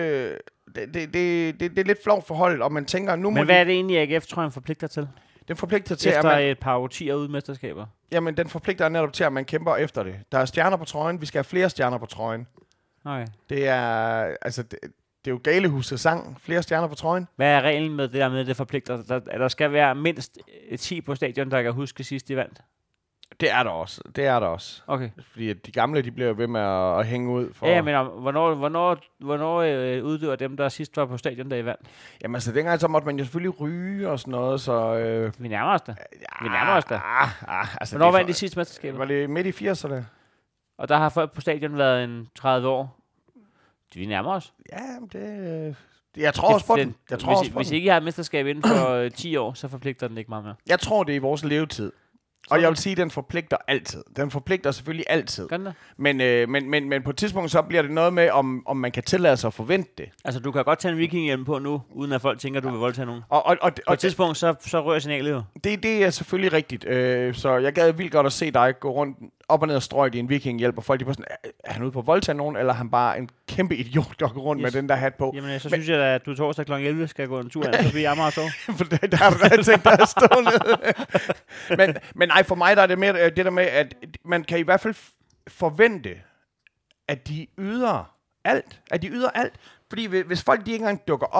Det er lidt flovt forhold, og man tænker... nu. Men hvad er det egentlig, AGF-trøjen forpligter til? Den forpligter til, efter et par årtier ude mesterskaber. Jamen, den forpligter netop til, at man kæmper efter det. Der er stjerner på trøjen. Vi skal have flere stjerner på trøjen. Okay. Det er... Altså, det er jo Galehuset sang. Flere stjerner på trøjen. Hvad er reglen med det der med, det forpligter? Der skal være mindst 10 på stadion, der kan huske sidst de vandt. Det er der også. Okay. Fordi de gamle, de bliver ved med at hænge ud. For ja, men hvornår uddør dem, der sidst var på stadion, der i vand? Jamen altså, dengang så måtte man jo selvfølgelig ryge og sådan noget, så... Vi nærmer os da. Altså, hvornår vandt de sidste mesterskaber? Var det midt i 80'erne? Og der har folk på stadion været en 30 år. Vi nærmer os. Ja, det... Jeg tror også på den. Hvis ikke I har et mesterskab inden for 10 år, så forpligter den ikke meget mere. Jeg tror, det er i vores levetid. Og jeg vil sige, at den forpligter altid. Den forpligter selvfølgelig altid. Men på et tidspunkt, så bliver det noget med, om man kan tillade sig at forvente det. Altså, du kan godt tage en vikinghjelm på nu, uden at folk tænker, at du vil voldtage nogen. På et tidspunkt, så rører signalet jo. Det er selvfølgelig rigtigt. Så jeg gad vildt godt at se dig gå rundt op og ned og strøget i en vikinghjelm, og folk de på sådan, er han ude på at voldtage nogen, eller er han bare en kæmpe idiot, der går rundt med den der hat på? Jamen, så synes jeg, at du torsdag kl. 11 skal gå en tur ind forbi Amager så. For der har jeg tænkt dig at stå ned. Men nej, for mig der er det mere det der med, at man kan i hvert fald forvente, at de yder alt. Fordi hvis folk de ikke engang dukker op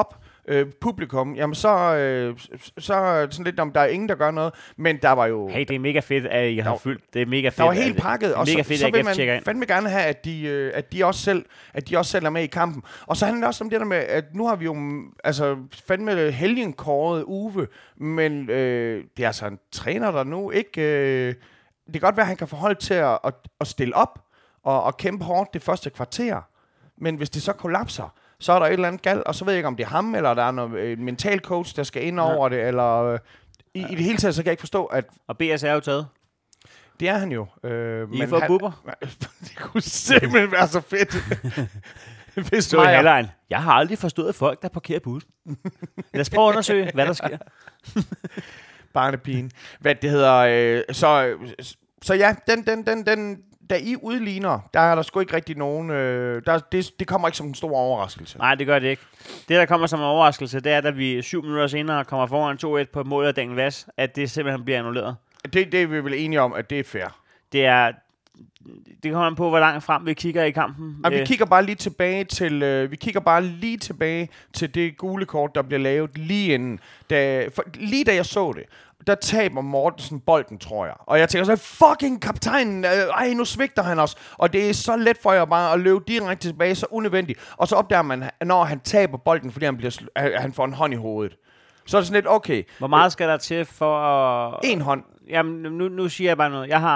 publikum, jamen så er det sådan lidt, om der er ingen, der gør noget. Men der var jo... Hey, det er mega fedt, at I har fyldt. Det er mega fedt. Der var helt pakket, og mega fedt, så vil man fandme gerne have, at de også selv er med i kampen. Og så handler det også om det der med, at nu har vi jo fandme helgenkåret Uwe, men det er altså en træner, der nu ikke... det kan godt være, at han kan forholde til at stille op og kæmpe hårdt det første kvarter. Men hvis det så kollapser, så er der et eller andet galt, og så ved jeg ikke, om det er ham, eller der er noget mental coach, der skal ind over det, eller... I det hele taget, så kan jeg ikke forstå, at... Og BS er jo taget. Det er han jo. I får bubber. Det kunne simpelthen være så fedt. Hvis så Hallein. Jeg har aldrig forstået folk, der parkerer bussen. Lad os prøve at undersøge, hvad der sker. Barnepigen. Hvad det hedder... Så ja, den da I udligner, der er der sgu ikke rigtig nogen... det kommer ikke som en stor overraskelse. Nej, det gør det ikke. Det, der kommer som en overraskelse, det er, at vi 7 minutter senere kommer foran 2-1 på mål af Daniel Vass, at det simpelthen bliver annulleret. Det er vi vel enige om, at det er fair. Det kommer an på, hvor langt frem vi kigger i kampen. Ja, vi kigger bare lige tilbage til det gule kort, der bliver lavet lige inden. Lige da jeg så det, der taber Mortensen bolden, tror jeg. Og jeg tænker så, fucking kaptajnen, nu svigter han os. Og det er så let for jer bare at løbe direkte tilbage, så unødvendigt. Og så opdager man, når han taber bolden, fordi han får en hånd i hovedet. Så er det sådan lidt, okay. Hvor meget skal der til for at... En hånd. Jamen, nu siger jeg bare noget. Jeg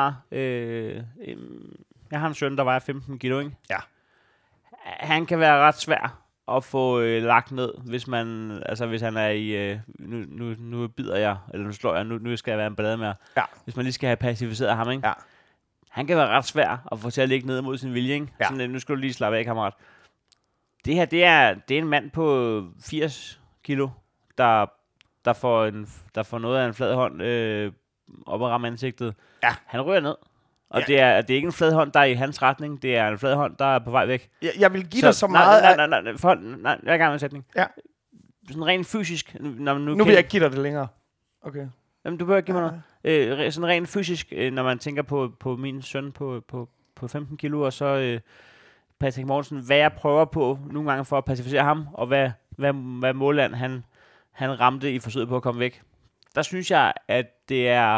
har en søn, der vejer 15 kilo, ikke? Ja. Han kan være ret svær at få lagt ned, hvis han er i... nu bider jeg, eller nu slår jeg, nu skal jeg være en ballade med. Ja. Hvis man lige skal have pacificeret ham, ikke? Ja. Han kan være ret svær at få til at ligge ned mod sin vilje, ikke? Ja. Sådan, nu skal du lige slappe af, kammerat. Det her, det er en mand på 80 kilo, der får noget af en flad hånd op at ramme ansigtet. Ja. Han ryger ned. Og det er ikke en flad hånd, der er i hans retning. Det er en flad hånd, der er på vej væk. Jeg vil give dig så meget... Nej, jeg er i gang med en sætning. Ja. Sådan rent fysisk... Nu vil jeg ikke give dig det længere. Okay. Jamen, du behøver ikke give mig noget. Sådan rent fysisk, når man tænker på min søn på 15 kilo, og så Patrick Mortensen, hvad jeg prøver på nogle gange for at pacificere ham, og hvad målland han ramte i forsøget på at komme væk. Der synes jeg, at det er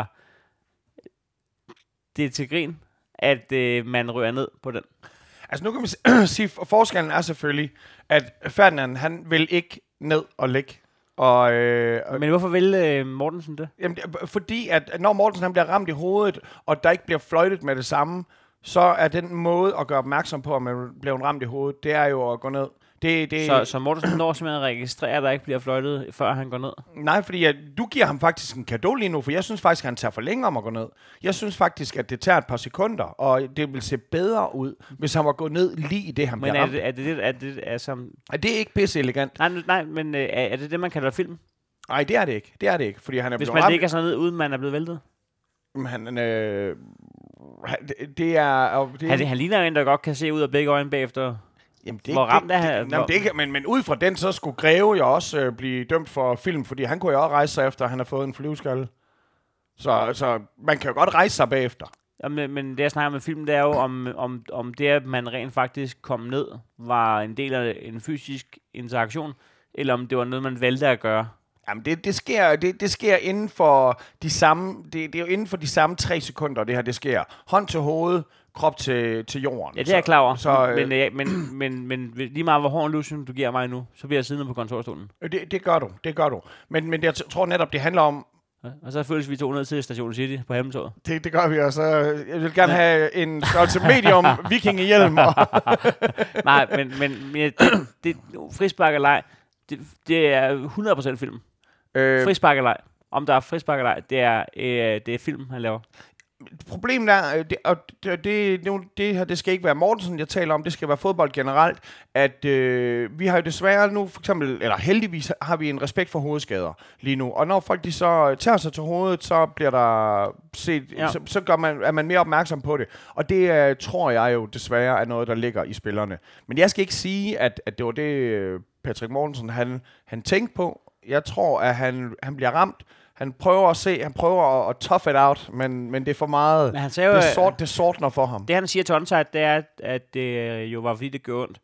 til grin, at man ryger ned på den. Altså nu kan man sige, at forskellen er selvfølgelig, at Ferdinand, han vil ikke ned og ligge. Men hvorfor vil Mortensen det? Jamen, fordi at når Mortensen han bliver ramt i hovedet, og der ikke bliver fløjtet med det samme, så er den måde at gøre opmærksom på, at man bliver ramt i hovedet, det er jo at gå ned. Så Mortensen når simpelthen at registrere, at der ikke bliver fløjtet, før han går ned? Nej, fordi du giver ham faktisk en cadeau lige nu, for jeg synes faktisk, at han tager for længe om at gå ned. Jeg synes faktisk, at det tager et par sekunder, og det vil se bedre ud, hvis han var gået ned lige i det, han bliver ramt. Men det er ikke pisse elegant. Nej, men er det man kalder film? Nej, det er det ikke. Det er det ikke, fordi han er hvis blevet man ligger sådan ned, uden man er blevet væltet? Han ligner en, der godt kan se ud af begge øjne bagefter. Jamen, men ud fra den, så skulle Greve jo også blive dømt for film, fordi han kunne jo også rejse sig efter, at han har fået en flyveskalle. Så man kan jo godt rejse sig bagefter. Ja, men det jeg snakker med filmen, det er jo om det, at man rent faktisk kom ned, var en del af en fysisk interaktion, eller om det var noget, man valgte at gøre. Jamen, det sker inden for de samme... Det er jo inden for de samme 3 sekunder, det her det sker. Hånd til hovedet, krop til jorden. Ja, det er jeg klar over. Men lige meget, hvor hård en lusen du giver mig nu, så bliver jeg siddende på kontorstolen. Det gør du. Men jeg tror netop, det handler om... Ja, og så føles vi 200 til Station City på Halmtorvet. Det gør vi, og så jeg vil gerne have en størrelse medium vikingehjelm. Nej, men det frispark eller ej, det er 100% film. Frispark eller ej. Om der er frispark eller ej, det er film, han laver. Problemet er, det her, det skal ikke være Mortensen, jeg taler om, det skal være fodbold generelt, at vi har jo desværre nu, for eksempel, eller heldigvis har vi en respekt for hovedskader lige nu, og når folk de så tager sig til hovedet, så bliver der set, så er man mere opmærksom på det, og det tror jeg jo desværre er noget, der ligger i spillerne. Men jeg skal ikke sige, at det var det, Patrick Mortensen, han tænkte på. Jeg tror, at han bliver ramt. Han prøver at tough it out, men det er for meget. Men han sagde det sortner for ham. Det han siger til onside, det er, at det jo var fordi det gør ondt.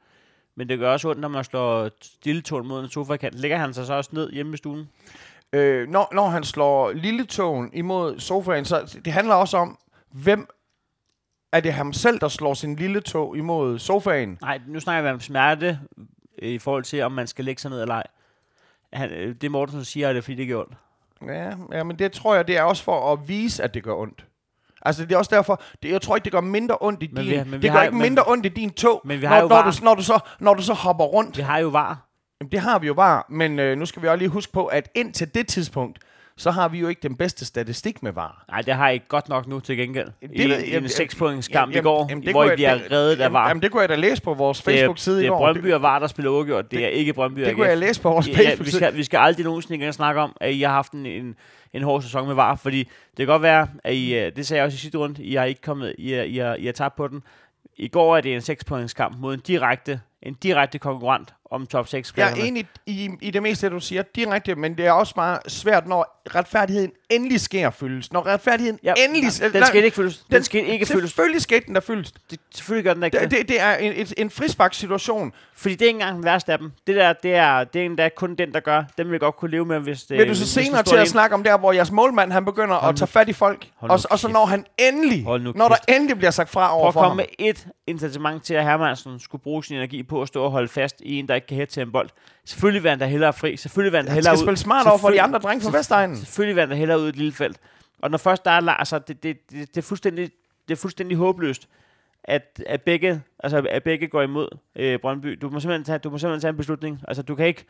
Men det gør også ondt, når man slår lilletåen mod en sofakant. Ligger han sig så også ned hjemme i stuen? Når han slår lilletåen imod sofaen, så det handler også om, hvem er det ham selv, der slår sin lille tå imod sofaen? Nej, nu snakker vi om smerte i forhold til, om man skal lægge sig ned eller ej. Det Mortensen siger, er det, fordi det gør ondt. Ja, men det tror jeg, det er også for at vise, at det gør ondt. Altså, det er også derfor, jeg tror ikke, det gør mindre ondt i din... Det gør ikke mindre ondt i din tå, når du så hopper rundt. Vi har jo VAR. Jamen, det har vi jo VAR, men nu skal vi også lige huske på, at indtil det tidspunkt, så har vi jo ikke den bedste statistik med VAR. Nej, det har I godt nok nu til gengæld. I en 6-pointskamp i går, hvor I bliver reddet af VAR. Jamen, det kunne jeg da læse på vores Facebook-side i går. Det er Brøndby og VAR, der spiller uafgjort. Det er ikke Brøndby og AGF. Det kunne jeg læse på vores Facebook-side. Vi skal aldrig nogensinde igen snakke om, at I har haft en hård sæson med VAR, fordi det kan godt være, at I, det sagde jeg også i sidste runde, I har ikke kommet, I har tabt på den. I går er det en 6-pointskamp mod en direkte konkurrent om top 6. Jeg er enig i det meste, du siger direkte, men det er også meget svært, når retfærdigheden endelig sker fyldes. Når retfærdigheden endelig... Den skal ikke fyldes. Den skal ikke fyldes. Selvfølgelig skal den der fyldes. Selvfølgelig gør den ikke det er en frisparkssituation. Fordi det er ikke engang den værste af dem. Det er endda kun den, der gør. Den vil jeg godt kunne leve med, hvis det... Vil du så senere til at snakke om der, hvor jeres målmand, han begynder at tage fat i folk, og så når han endelig... Når der endelig bliver sagt fra over for ham. Prøv at komme med et incitament til, at Hermansen skulle bruge sin energi på at stå og holde fast i en, der ikke kan hætte til en bold. Selvfølgelig vil han da hellere fri. Selvfølgelig vil han da hellere ud. Han skal spille smart over for de andre drenge fra Vestegnen. Selvfølgelig vil han da hellere ud i et lille felt. Og når først der er... Altså, det er fuldstændig håbløst, at begge går imod Brøndby. Du må simpelthen tage en beslutning. Altså, du kan ikke...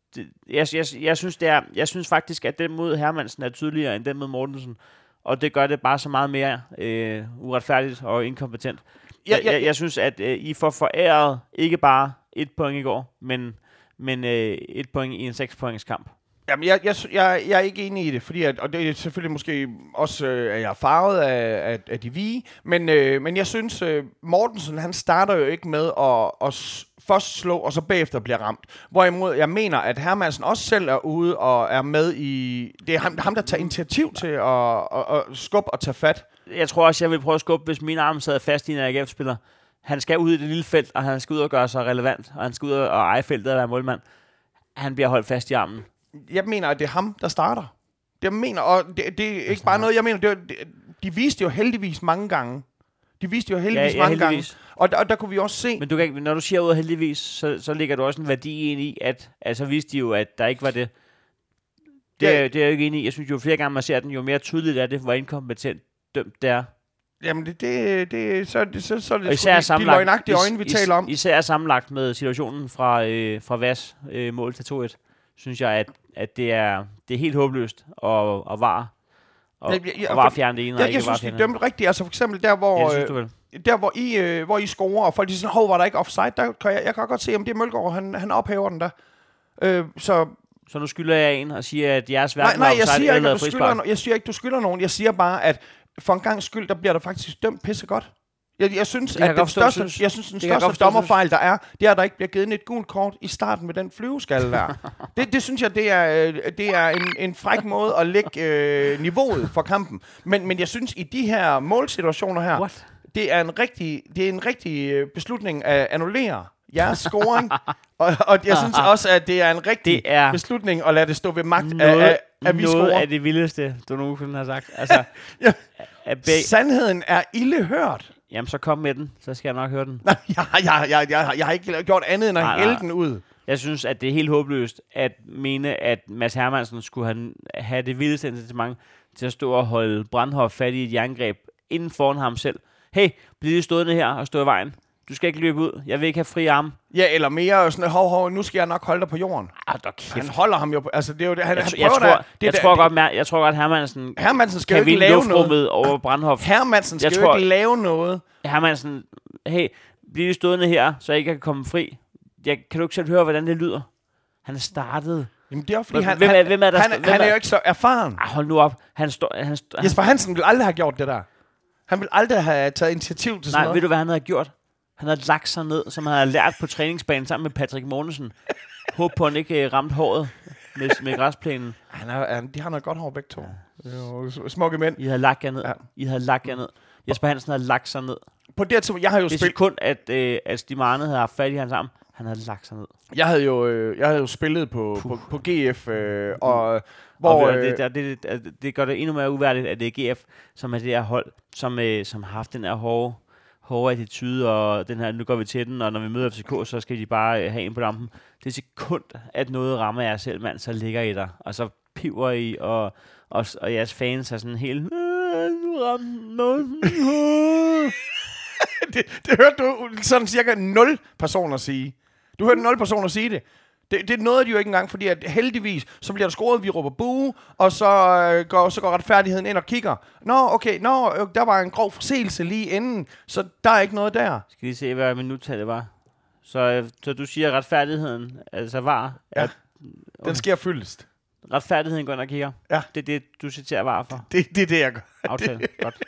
Jeg synes faktisk, at den mod Hermansen er tydeligere end den mod Mortensen. Og det gør det bare så meget mere uretfærdigt og inkompetent. Jeg synes, at I får foræret ikke bare 1 point i går, men 1 point i en 6-pointskamp. Jamen, jeg er ikke enig i det, fordi og det er selvfølgelig måske også, at jeg er farvet af de vige, men jeg synes, Mortensen, han starter jo ikke med at først slå, og så bagefter bliver ramt. Hvorimod jeg mener, at Hermansen også selv er ude og er med i... Det er ham der tager initiativ til at skubbe og tage fat. Jeg tror også, jeg vil prøve at skubbe, hvis mine arme sad fast i en AGF-spiller. Han skal ud i det lille felt, og han skal ud og gøre sig relevant, og han skal ud og eje feltet og være målmand. Han bliver holdt fast i armen. Jeg mener, at det er ham, der starter. Det mener, og det er ikke bare noget, jeg mener, de viste jo heldigvis mange gange. Mange gange. Og der kunne vi også se... Men du kan, når du siger ud heldigvis, så ligger du også en værdi ind i, at så viste de jo, at der ikke var det. Det er jeg ikke enig i. Jeg synes jo, flere gange man ser den, jo mere tydeligt er det, hvor inkompetent dømt det er. Jamen, så er det de løgnagtige øjne, vi taler om. Især sammenlagt med situationen fra VAS mål til 2-1, synes jeg, at det er helt håbløst at VAR. Og VAR fjerne det ene, og ikke jeg synes, de dømte rigtigt. Altså for eksempel der, hvor I scorer, og folk de siger, var der ikke offside? Der kan jeg kan godt se, om det er Mølgaard, han ophæver den der. Så nu skylder jeg en og siger, at jeres hverken nej, jeg siger ikke, du skylder nogen. Jeg siger bare, at for en gang skyld, der bliver der faktisk dømt pissegodt. Jeg synes, at den største dommerfejl, der er, det er, at der ikke bliver givet et gult kort i starten med den flyveskalle der. det synes jeg, det er en fræk måde at lægge niveauet for kampen. Men jeg synes, i de her målsituationer her, det er en rigtig beslutning at annullere jeres scoring. og jeg synes også, at det er en rigtig beslutning at lade det stå ved magt, at vi scorer. Noget af det vildeste, du nogensinde har sagt. Altså, sandheden er ildehørt. Jamen, så kom med den. Så skal jeg nok høre den. Nej, jeg har ikke gjort andet end at hælde den ud. Jeg synes, at det er helt håbløst at mene, at Mads Hermansen skulle have det vildeste incitament til at stå og holde Brandhoff fat i et jerngreb inden foran ham selv. Hey, bliv lige stående her og stå i vejen. Du skal ikke løbe ud. Jeg vil ikke have fri arme. Ja, eller mere sådan, hov, nu skal jeg nok holde dig på jorden. Han holder ham jo på, altså det er jo det, jeg tror godt, Hermansen skal ikke lave noget over Brandhoff. Hermansen skal jo ikke lave noget. Hermansen, hey, bliv lige stående her, så jeg ikke kan komme fri. Kan du ikke selv høre, hvordan det lyder? Han er startet. Jamen det er fordi, han er jo ikke så erfaren. Hold nu op. Jesper Hansen ville aldrig have gjort det der. Han ville aldrig have taget initiativ til sådan noget. Nej, ved du, hvad han havde gjort? Han havde lagt sig ned, som han havde lært på træningsbanen sammen med Patrick Mortensen. Håb på, at han ikke ramte håret med græsplænen. De har noget godt hår begge to. Ja. Smukke mænd. I havde lagt jer ned. Jesper Hansen havde lagt sig ned. På det tidspunkt, jeg har jo spillet... Hvis kun, at Stig Marne havde haft fat i hans arm, Han havde lagt sig ned. Jeg havde jo spillet på GF, og hvor... Det gør det endnu mere uværdigt, at det er GF, som er det her hold, som har haft den her hårde attitude, og den her, nu går vi til den, og når vi møder FCK, så skal de bare have en på dampen. Det er sekund, at noget rammer jer selv, mand, så ligger I der, og så piver I, og jeres fans er sådan helt... det hørte du sådan cirka 0 personer sige. Du hørte 0 personer sige det. Det nåede de jo ikke engang, fordi at heldigvis, så bliver der scoret, vi råber bue, og så går retfærdigheden ind og kigger. Der var en grov forseelse lige inden, så der er ikke noget der. Skal lige se, hvad minuttallet var. Så du siger, retfærdigheden, altså var... Ja, den sker fyldest. Retfærdigheden går ind og kigger? Ja. Det er det, du citerer var for? Det er det, jeg gør. Aftale,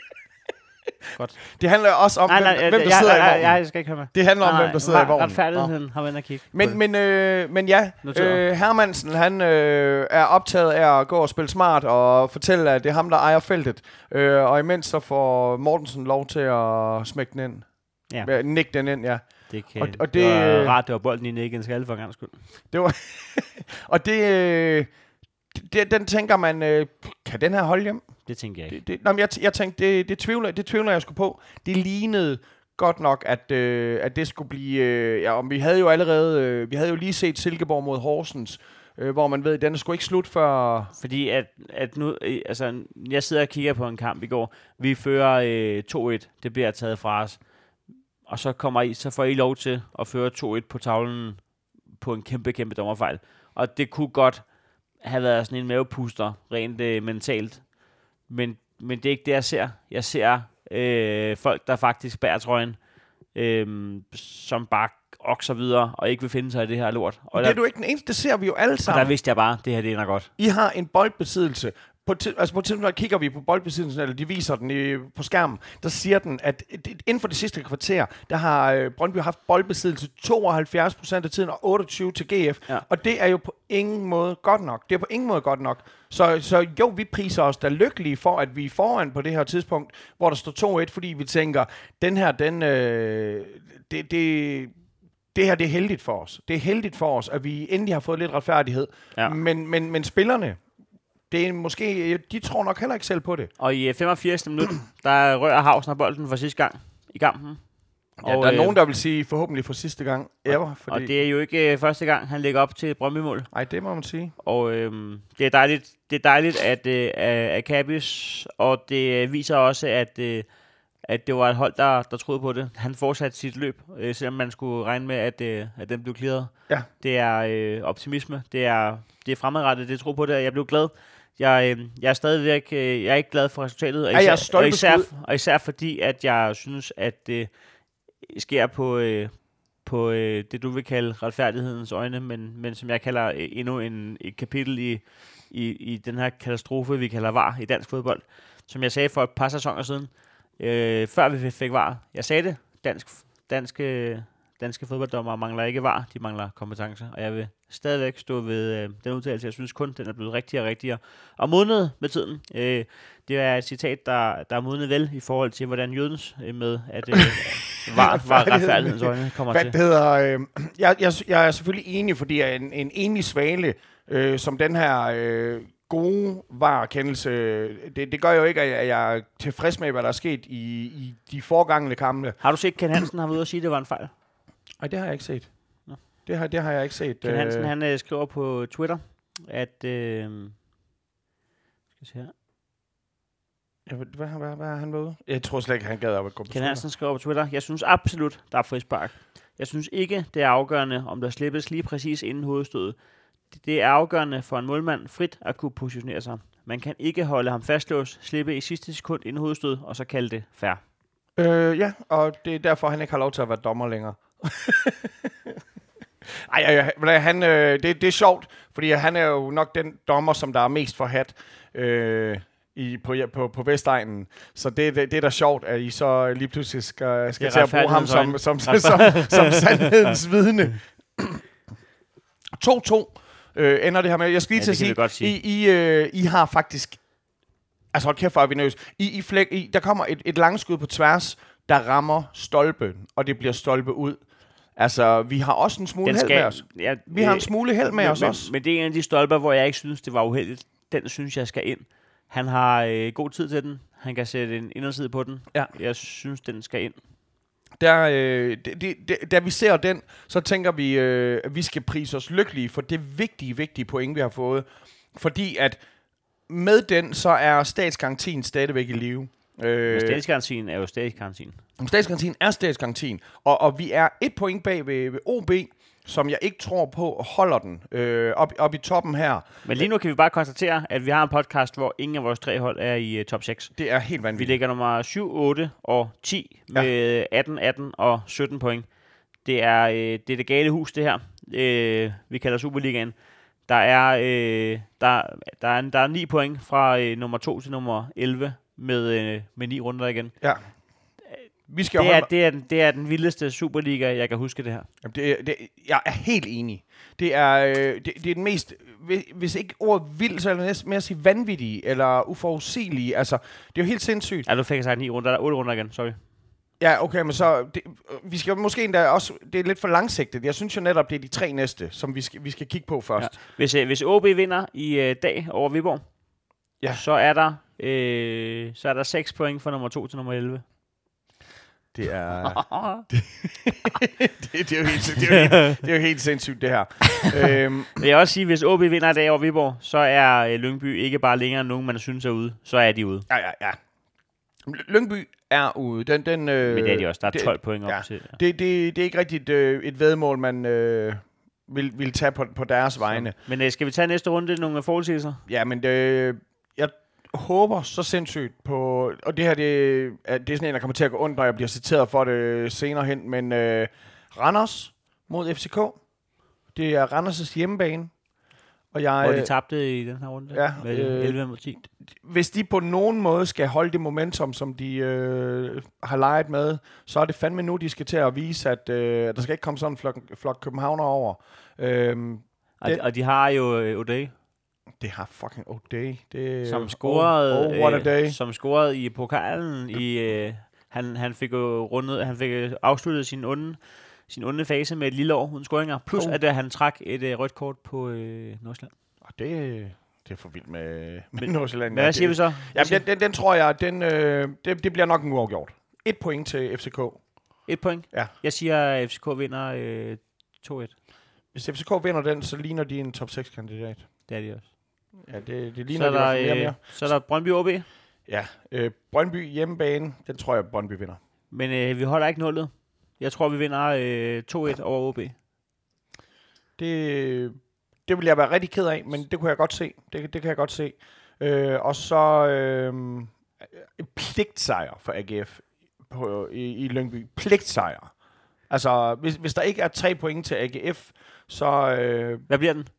godt. Det handler også om, hvem der sidder i vognen. Jeg skal ikke høre med. Det handler om, hvem der sidder i vognen. Retfærdigheden har været at kigge. Men ja, Hermansen, han er optaget af at gå og spille smart og fortælle, at det er ham, der ejer feltet. Og imens så får Mortensen lov til at smække den ind. Ja. Nikke den ind, ja. Det kan. Og det var rart, det var bolden i Nikken skalle for en gang skyld. Det var... og den tænker man, kan den her holde hjem? Det tænker jeg ikke. Jeg tænkte, det tvivler jeg sgu på. Det lignede godt nok, at det skulle blive... og vi havde jo allerede... vi havde jo lige set Silkeborg mod Horsens, hvor man ved, at den skulle ikke slut før... Fordi at nu... Altså, jeg sidder og kigger på en kamp i går. Vi fører 2-1. Det bliver taget fra os. Og så får I lov til at føre 2-1 på tavlen på en kæmpe dommerfejl. Og det kunne godt have været sådan en mavepuster, rent mentalt. Men det er ikke det, jeg ser. Jeg ser folk, der faktisk bærer trøjen, som bare okser videre, og ikke vil finde sig i det her lort. Og det er du ikke den eneste, det ser vi jo alle sammen. Og der vidste jeg bare, det her det ender godt. I har en boldbesiddelse. På tidspunkt kigger vi på boldbesiddelsen, eller de viser den på skærmen, der siger den, at inden for det sidste kvarter, der har Brøndby haft boldbesiddelse 72% af tiden, og 28% til GF. Ja. Og det er jo på ingen måde godt nok. Det er på ingen måde godt nok. Så jo, vi priser os da lykkelige for, at vi er foran på det her tidspunkt, hvor der står 2-1, fordi vi tænker, det her, det er heldigt for os. Det er heldigt for os, at vi endelig har fået lidt retfærdighed. Ja. Men spillerne, det er måske, de tror nok heller ikke selv på det. Og i 85. minut, der rører Hausner bolden for sidste gang i kampen. Ja, og der er nogen, der vil sige forhåbentlig for sidste gang ever. Og det er jo ikke første gang, han lægger op til et Brøndby-mål. Nej, det må man sige. Og det er dejligt at Kabis, og det viser også, at det var et hold, der troede på det. Han fortsatte sit løb, selvom man skulle regne med, at den blev clearet. Ja. Det er optimisme, det er fremadrettet, det tror på det, og jeg blev glad. Jeg er stadigvæk jeg er ikke glad for resultatet, og især fordi, at jeg synes, at det sker på det, du vil kalde retfærdighedens øjne, men som jeg kalder endnu et kapitel i den her katastrofe, vi kalder VAR i dansk fodbold. Som jeg sagde for et par sæsoner siden, før vi fik VAR. Jeg sagde det, danske fodbolddommere mangler ikke VAR, de mangler kompetence, og jeg vil stadigvæk stå ved den udtalelse. Jeg synes kun, den er blevet rigtigere og rigtigere og modnet med tiden. Det er et citat, der er modnet vel i forhold til, hvordan jødens med, at var retfærdighedens øjne kommer til. Hvad hedder, jeg er selvfølgelig enig, fordi en enlig svale, som den her gode VAR-kendelse, det gør jo ikke, at jeg er tilfreds med, hvad der er sket i de forgangne kampe. Har du set, Ken Hansen har været ude og sige, at det var en fejl? Nej, det har jeg ikke set. Det har jeg ikke set. Ken Hansen, han skriver på Twitter, at... skal se her. Hvad har han været ude? Jeg tror slet ikke, han gad op at gå på Ken Hansen skriver på Twitter, jeg synes absolut, der er frispark. Jeg synes ikke, det er afgørende, om der slippes lige præcis inden hovedstødet. Det er afgørende for en målmand frit at kunne positionere sig. Man kan ikke holde ham fastlåst, slippe i sidste sekund inden hovedstød, og så kalde det fair. Ja, og det er derfor, han ikke har lov til at være dommer længere. Det er sjovt, fordi han er jo nok den dommer, som der er mest forhat på Vestegnen. Så det er da sjovt, at I så lige pludselig skal til at bruge ham som sandhedens vidne. 2-2 ender det her med. Jeg skal lige til at sige, I har faktisk... Altså hold kæft, hvor er vi nøs. Der kommer et langskud på tværs, der rammer stolpen, og det bliver stolpe ud. Altså, vi har også en smule held med os. Ja, vi har en smule held med os også. Men det er en af de stolper, hvor jeg ikke synes, det var uheldigt. Den synes jeg skal ind. Han har god tid til den. Han kan sætte en inderside på den. Ja. Jeg synes, den skal ind. Da vi ser den, så tænker vi, at vi skal prise os lykkelige for det vigtige point, vi har fået. Fordi at med den, så er statsgarantien stadigvæk i live. Statsgarantien er jo statsgarantien. Statsgarantien er statsgarantien. Og vi er 1 point bag ved OB, som jeg ikke tror på holder den op i toppen her. Men lige nu kan vi bare konstatere, at vi har en podcast, hvor ingen af vores 3 hold er i top 6. Det er helt vanvittigt. Vi ligger nummer 7, 8 og 10 med 18, 18 og 17 point. Det er det gale hus, det her. Vi kalder Superligaen. Der er 9 point fra nummer 2 til nummer 11 med 9 runder igen. Ja. Vi skal det er den vildeste Superliga, jeg kan huske det her. Jeg er helt enig. Det er den mest, hvis ikke ordet vild, så er det næsten mere at sige vanvittige eller uforudsigelige. Altså, det er jo helt sindssygt. Ja, du fik sagt 9 runder, der er 8 runder igen, sorry. Ja, okay, men så vi skal måske endda også, det er lidt for langsigtet. Jeg synes jo netop, det er de 3 næste, som vi skal kigge på først. Ja. Hvis OB vinder i dag over Viborg, så er der 6 point fra nummer 2 til nummer 11. Det er det er jo helt sindssygt det her. Jeg vil også sige, hvis OB vinder i dag over Viborg, så er Lyngby ikke bare længere end nogen, man synes er ude. Så er de ude. Ja. Lyngby er ude. Men det er de også. Der er 12 point op til. Ja. Det er ikke rigtigt et væddemål, man vil tage på deres vegne. Men skal vi tage næste runde nogle forudsigelser? Ja, men jeg håber så sindssygt på, og det her det er sådan en, der kommer til at gå ondt, når jeg bliver citeret for det senere hen, men Randers mod FCK, det er Randers' hjemmebane. Og de tabte i den her runde med 11 mod 10. Hvis de på nogen måde skal holde det momentum, som de har leget med, så er det fandme nu, de skal til at vise, at der skal ikke komme sådan en flok københavner over. Og de har jo O'Day. Det har fucking O'Day. Som scorede, what a day. Som scorede i pokalen. Han fik jo afsluttet sin onde fase med et lille år uden scoringer. Plus at han trak et rødt kort på Nordsjælland. Det er for vildt med Nordsjælland. Hvad siger vi så? Jamen, den tror jeg, det bliver nok en uafgjort. 1 point til FCK. 1 point? Ja. Jeg siger, at FCK vinder 2-1. Hvis FCK vinder den, så ligner de en top 6-kandidat. Det er de også. Ja, det ligner de mere og mere. Så er der Brøndby OB? Ja, Brøndby hjemmebane, den tror jeg, Brøndby vinder. Men vi holder ikke nullet. Jeg tror, vi vinder 2-1 over OB. Det vil jeg være rigtig ked af, men det kunne jeg godt se. Det kan jeg godt se. Og så pligtsejr for AGF i Lyngby. Pligtsejr. Altså, hvis der ikke er 3 point til AGF, så... Hvad bliver den?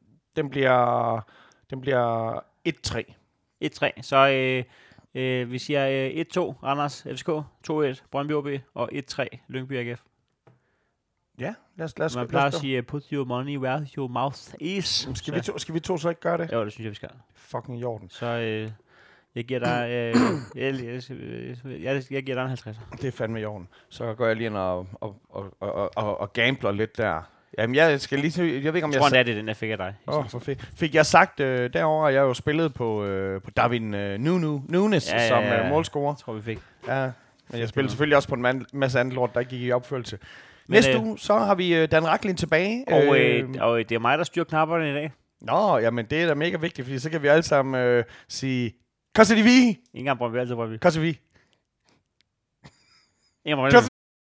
Den bliver 1-3. 1-3. Så vi siger 1-2 Randers FCK, 2-1 Brøndby OB og 1-3 Lyngby AGF. Ja, lad os man plejer at sige, put your money where your mouth is. Skal vi to så ikke gøre det? Jo, det synes jeg, vi skal. Fucking i orden. Så jeg giver dig jeg giver dig en 50. Det er fandme i orden. Så går jeg lige ind og gambler lidt der. Jamen, jeg skal lige... Jeg ved ikke, om jeg tror, det er den, jeg fik af dig. For fedt. Fik jeg sagt derovre, at jeg jo spillet på Darwin Nunes som målscorer. Jeg tror, vi fik. Ja, men jeg spillede selvfølgelig også på en masse andet lort, der gik i opførelse. Næste uge, så har vi Dan Racklin tilbage. Og det er mig, der styrer knapperne i dag. Nå, jamen det er da mega vigtigt, fordi så kan vi alle sammen sige... Cosa di vi? Ingen gang Brøndby, altid Brøndby. Cosa vi? Ingen gang Brøndby.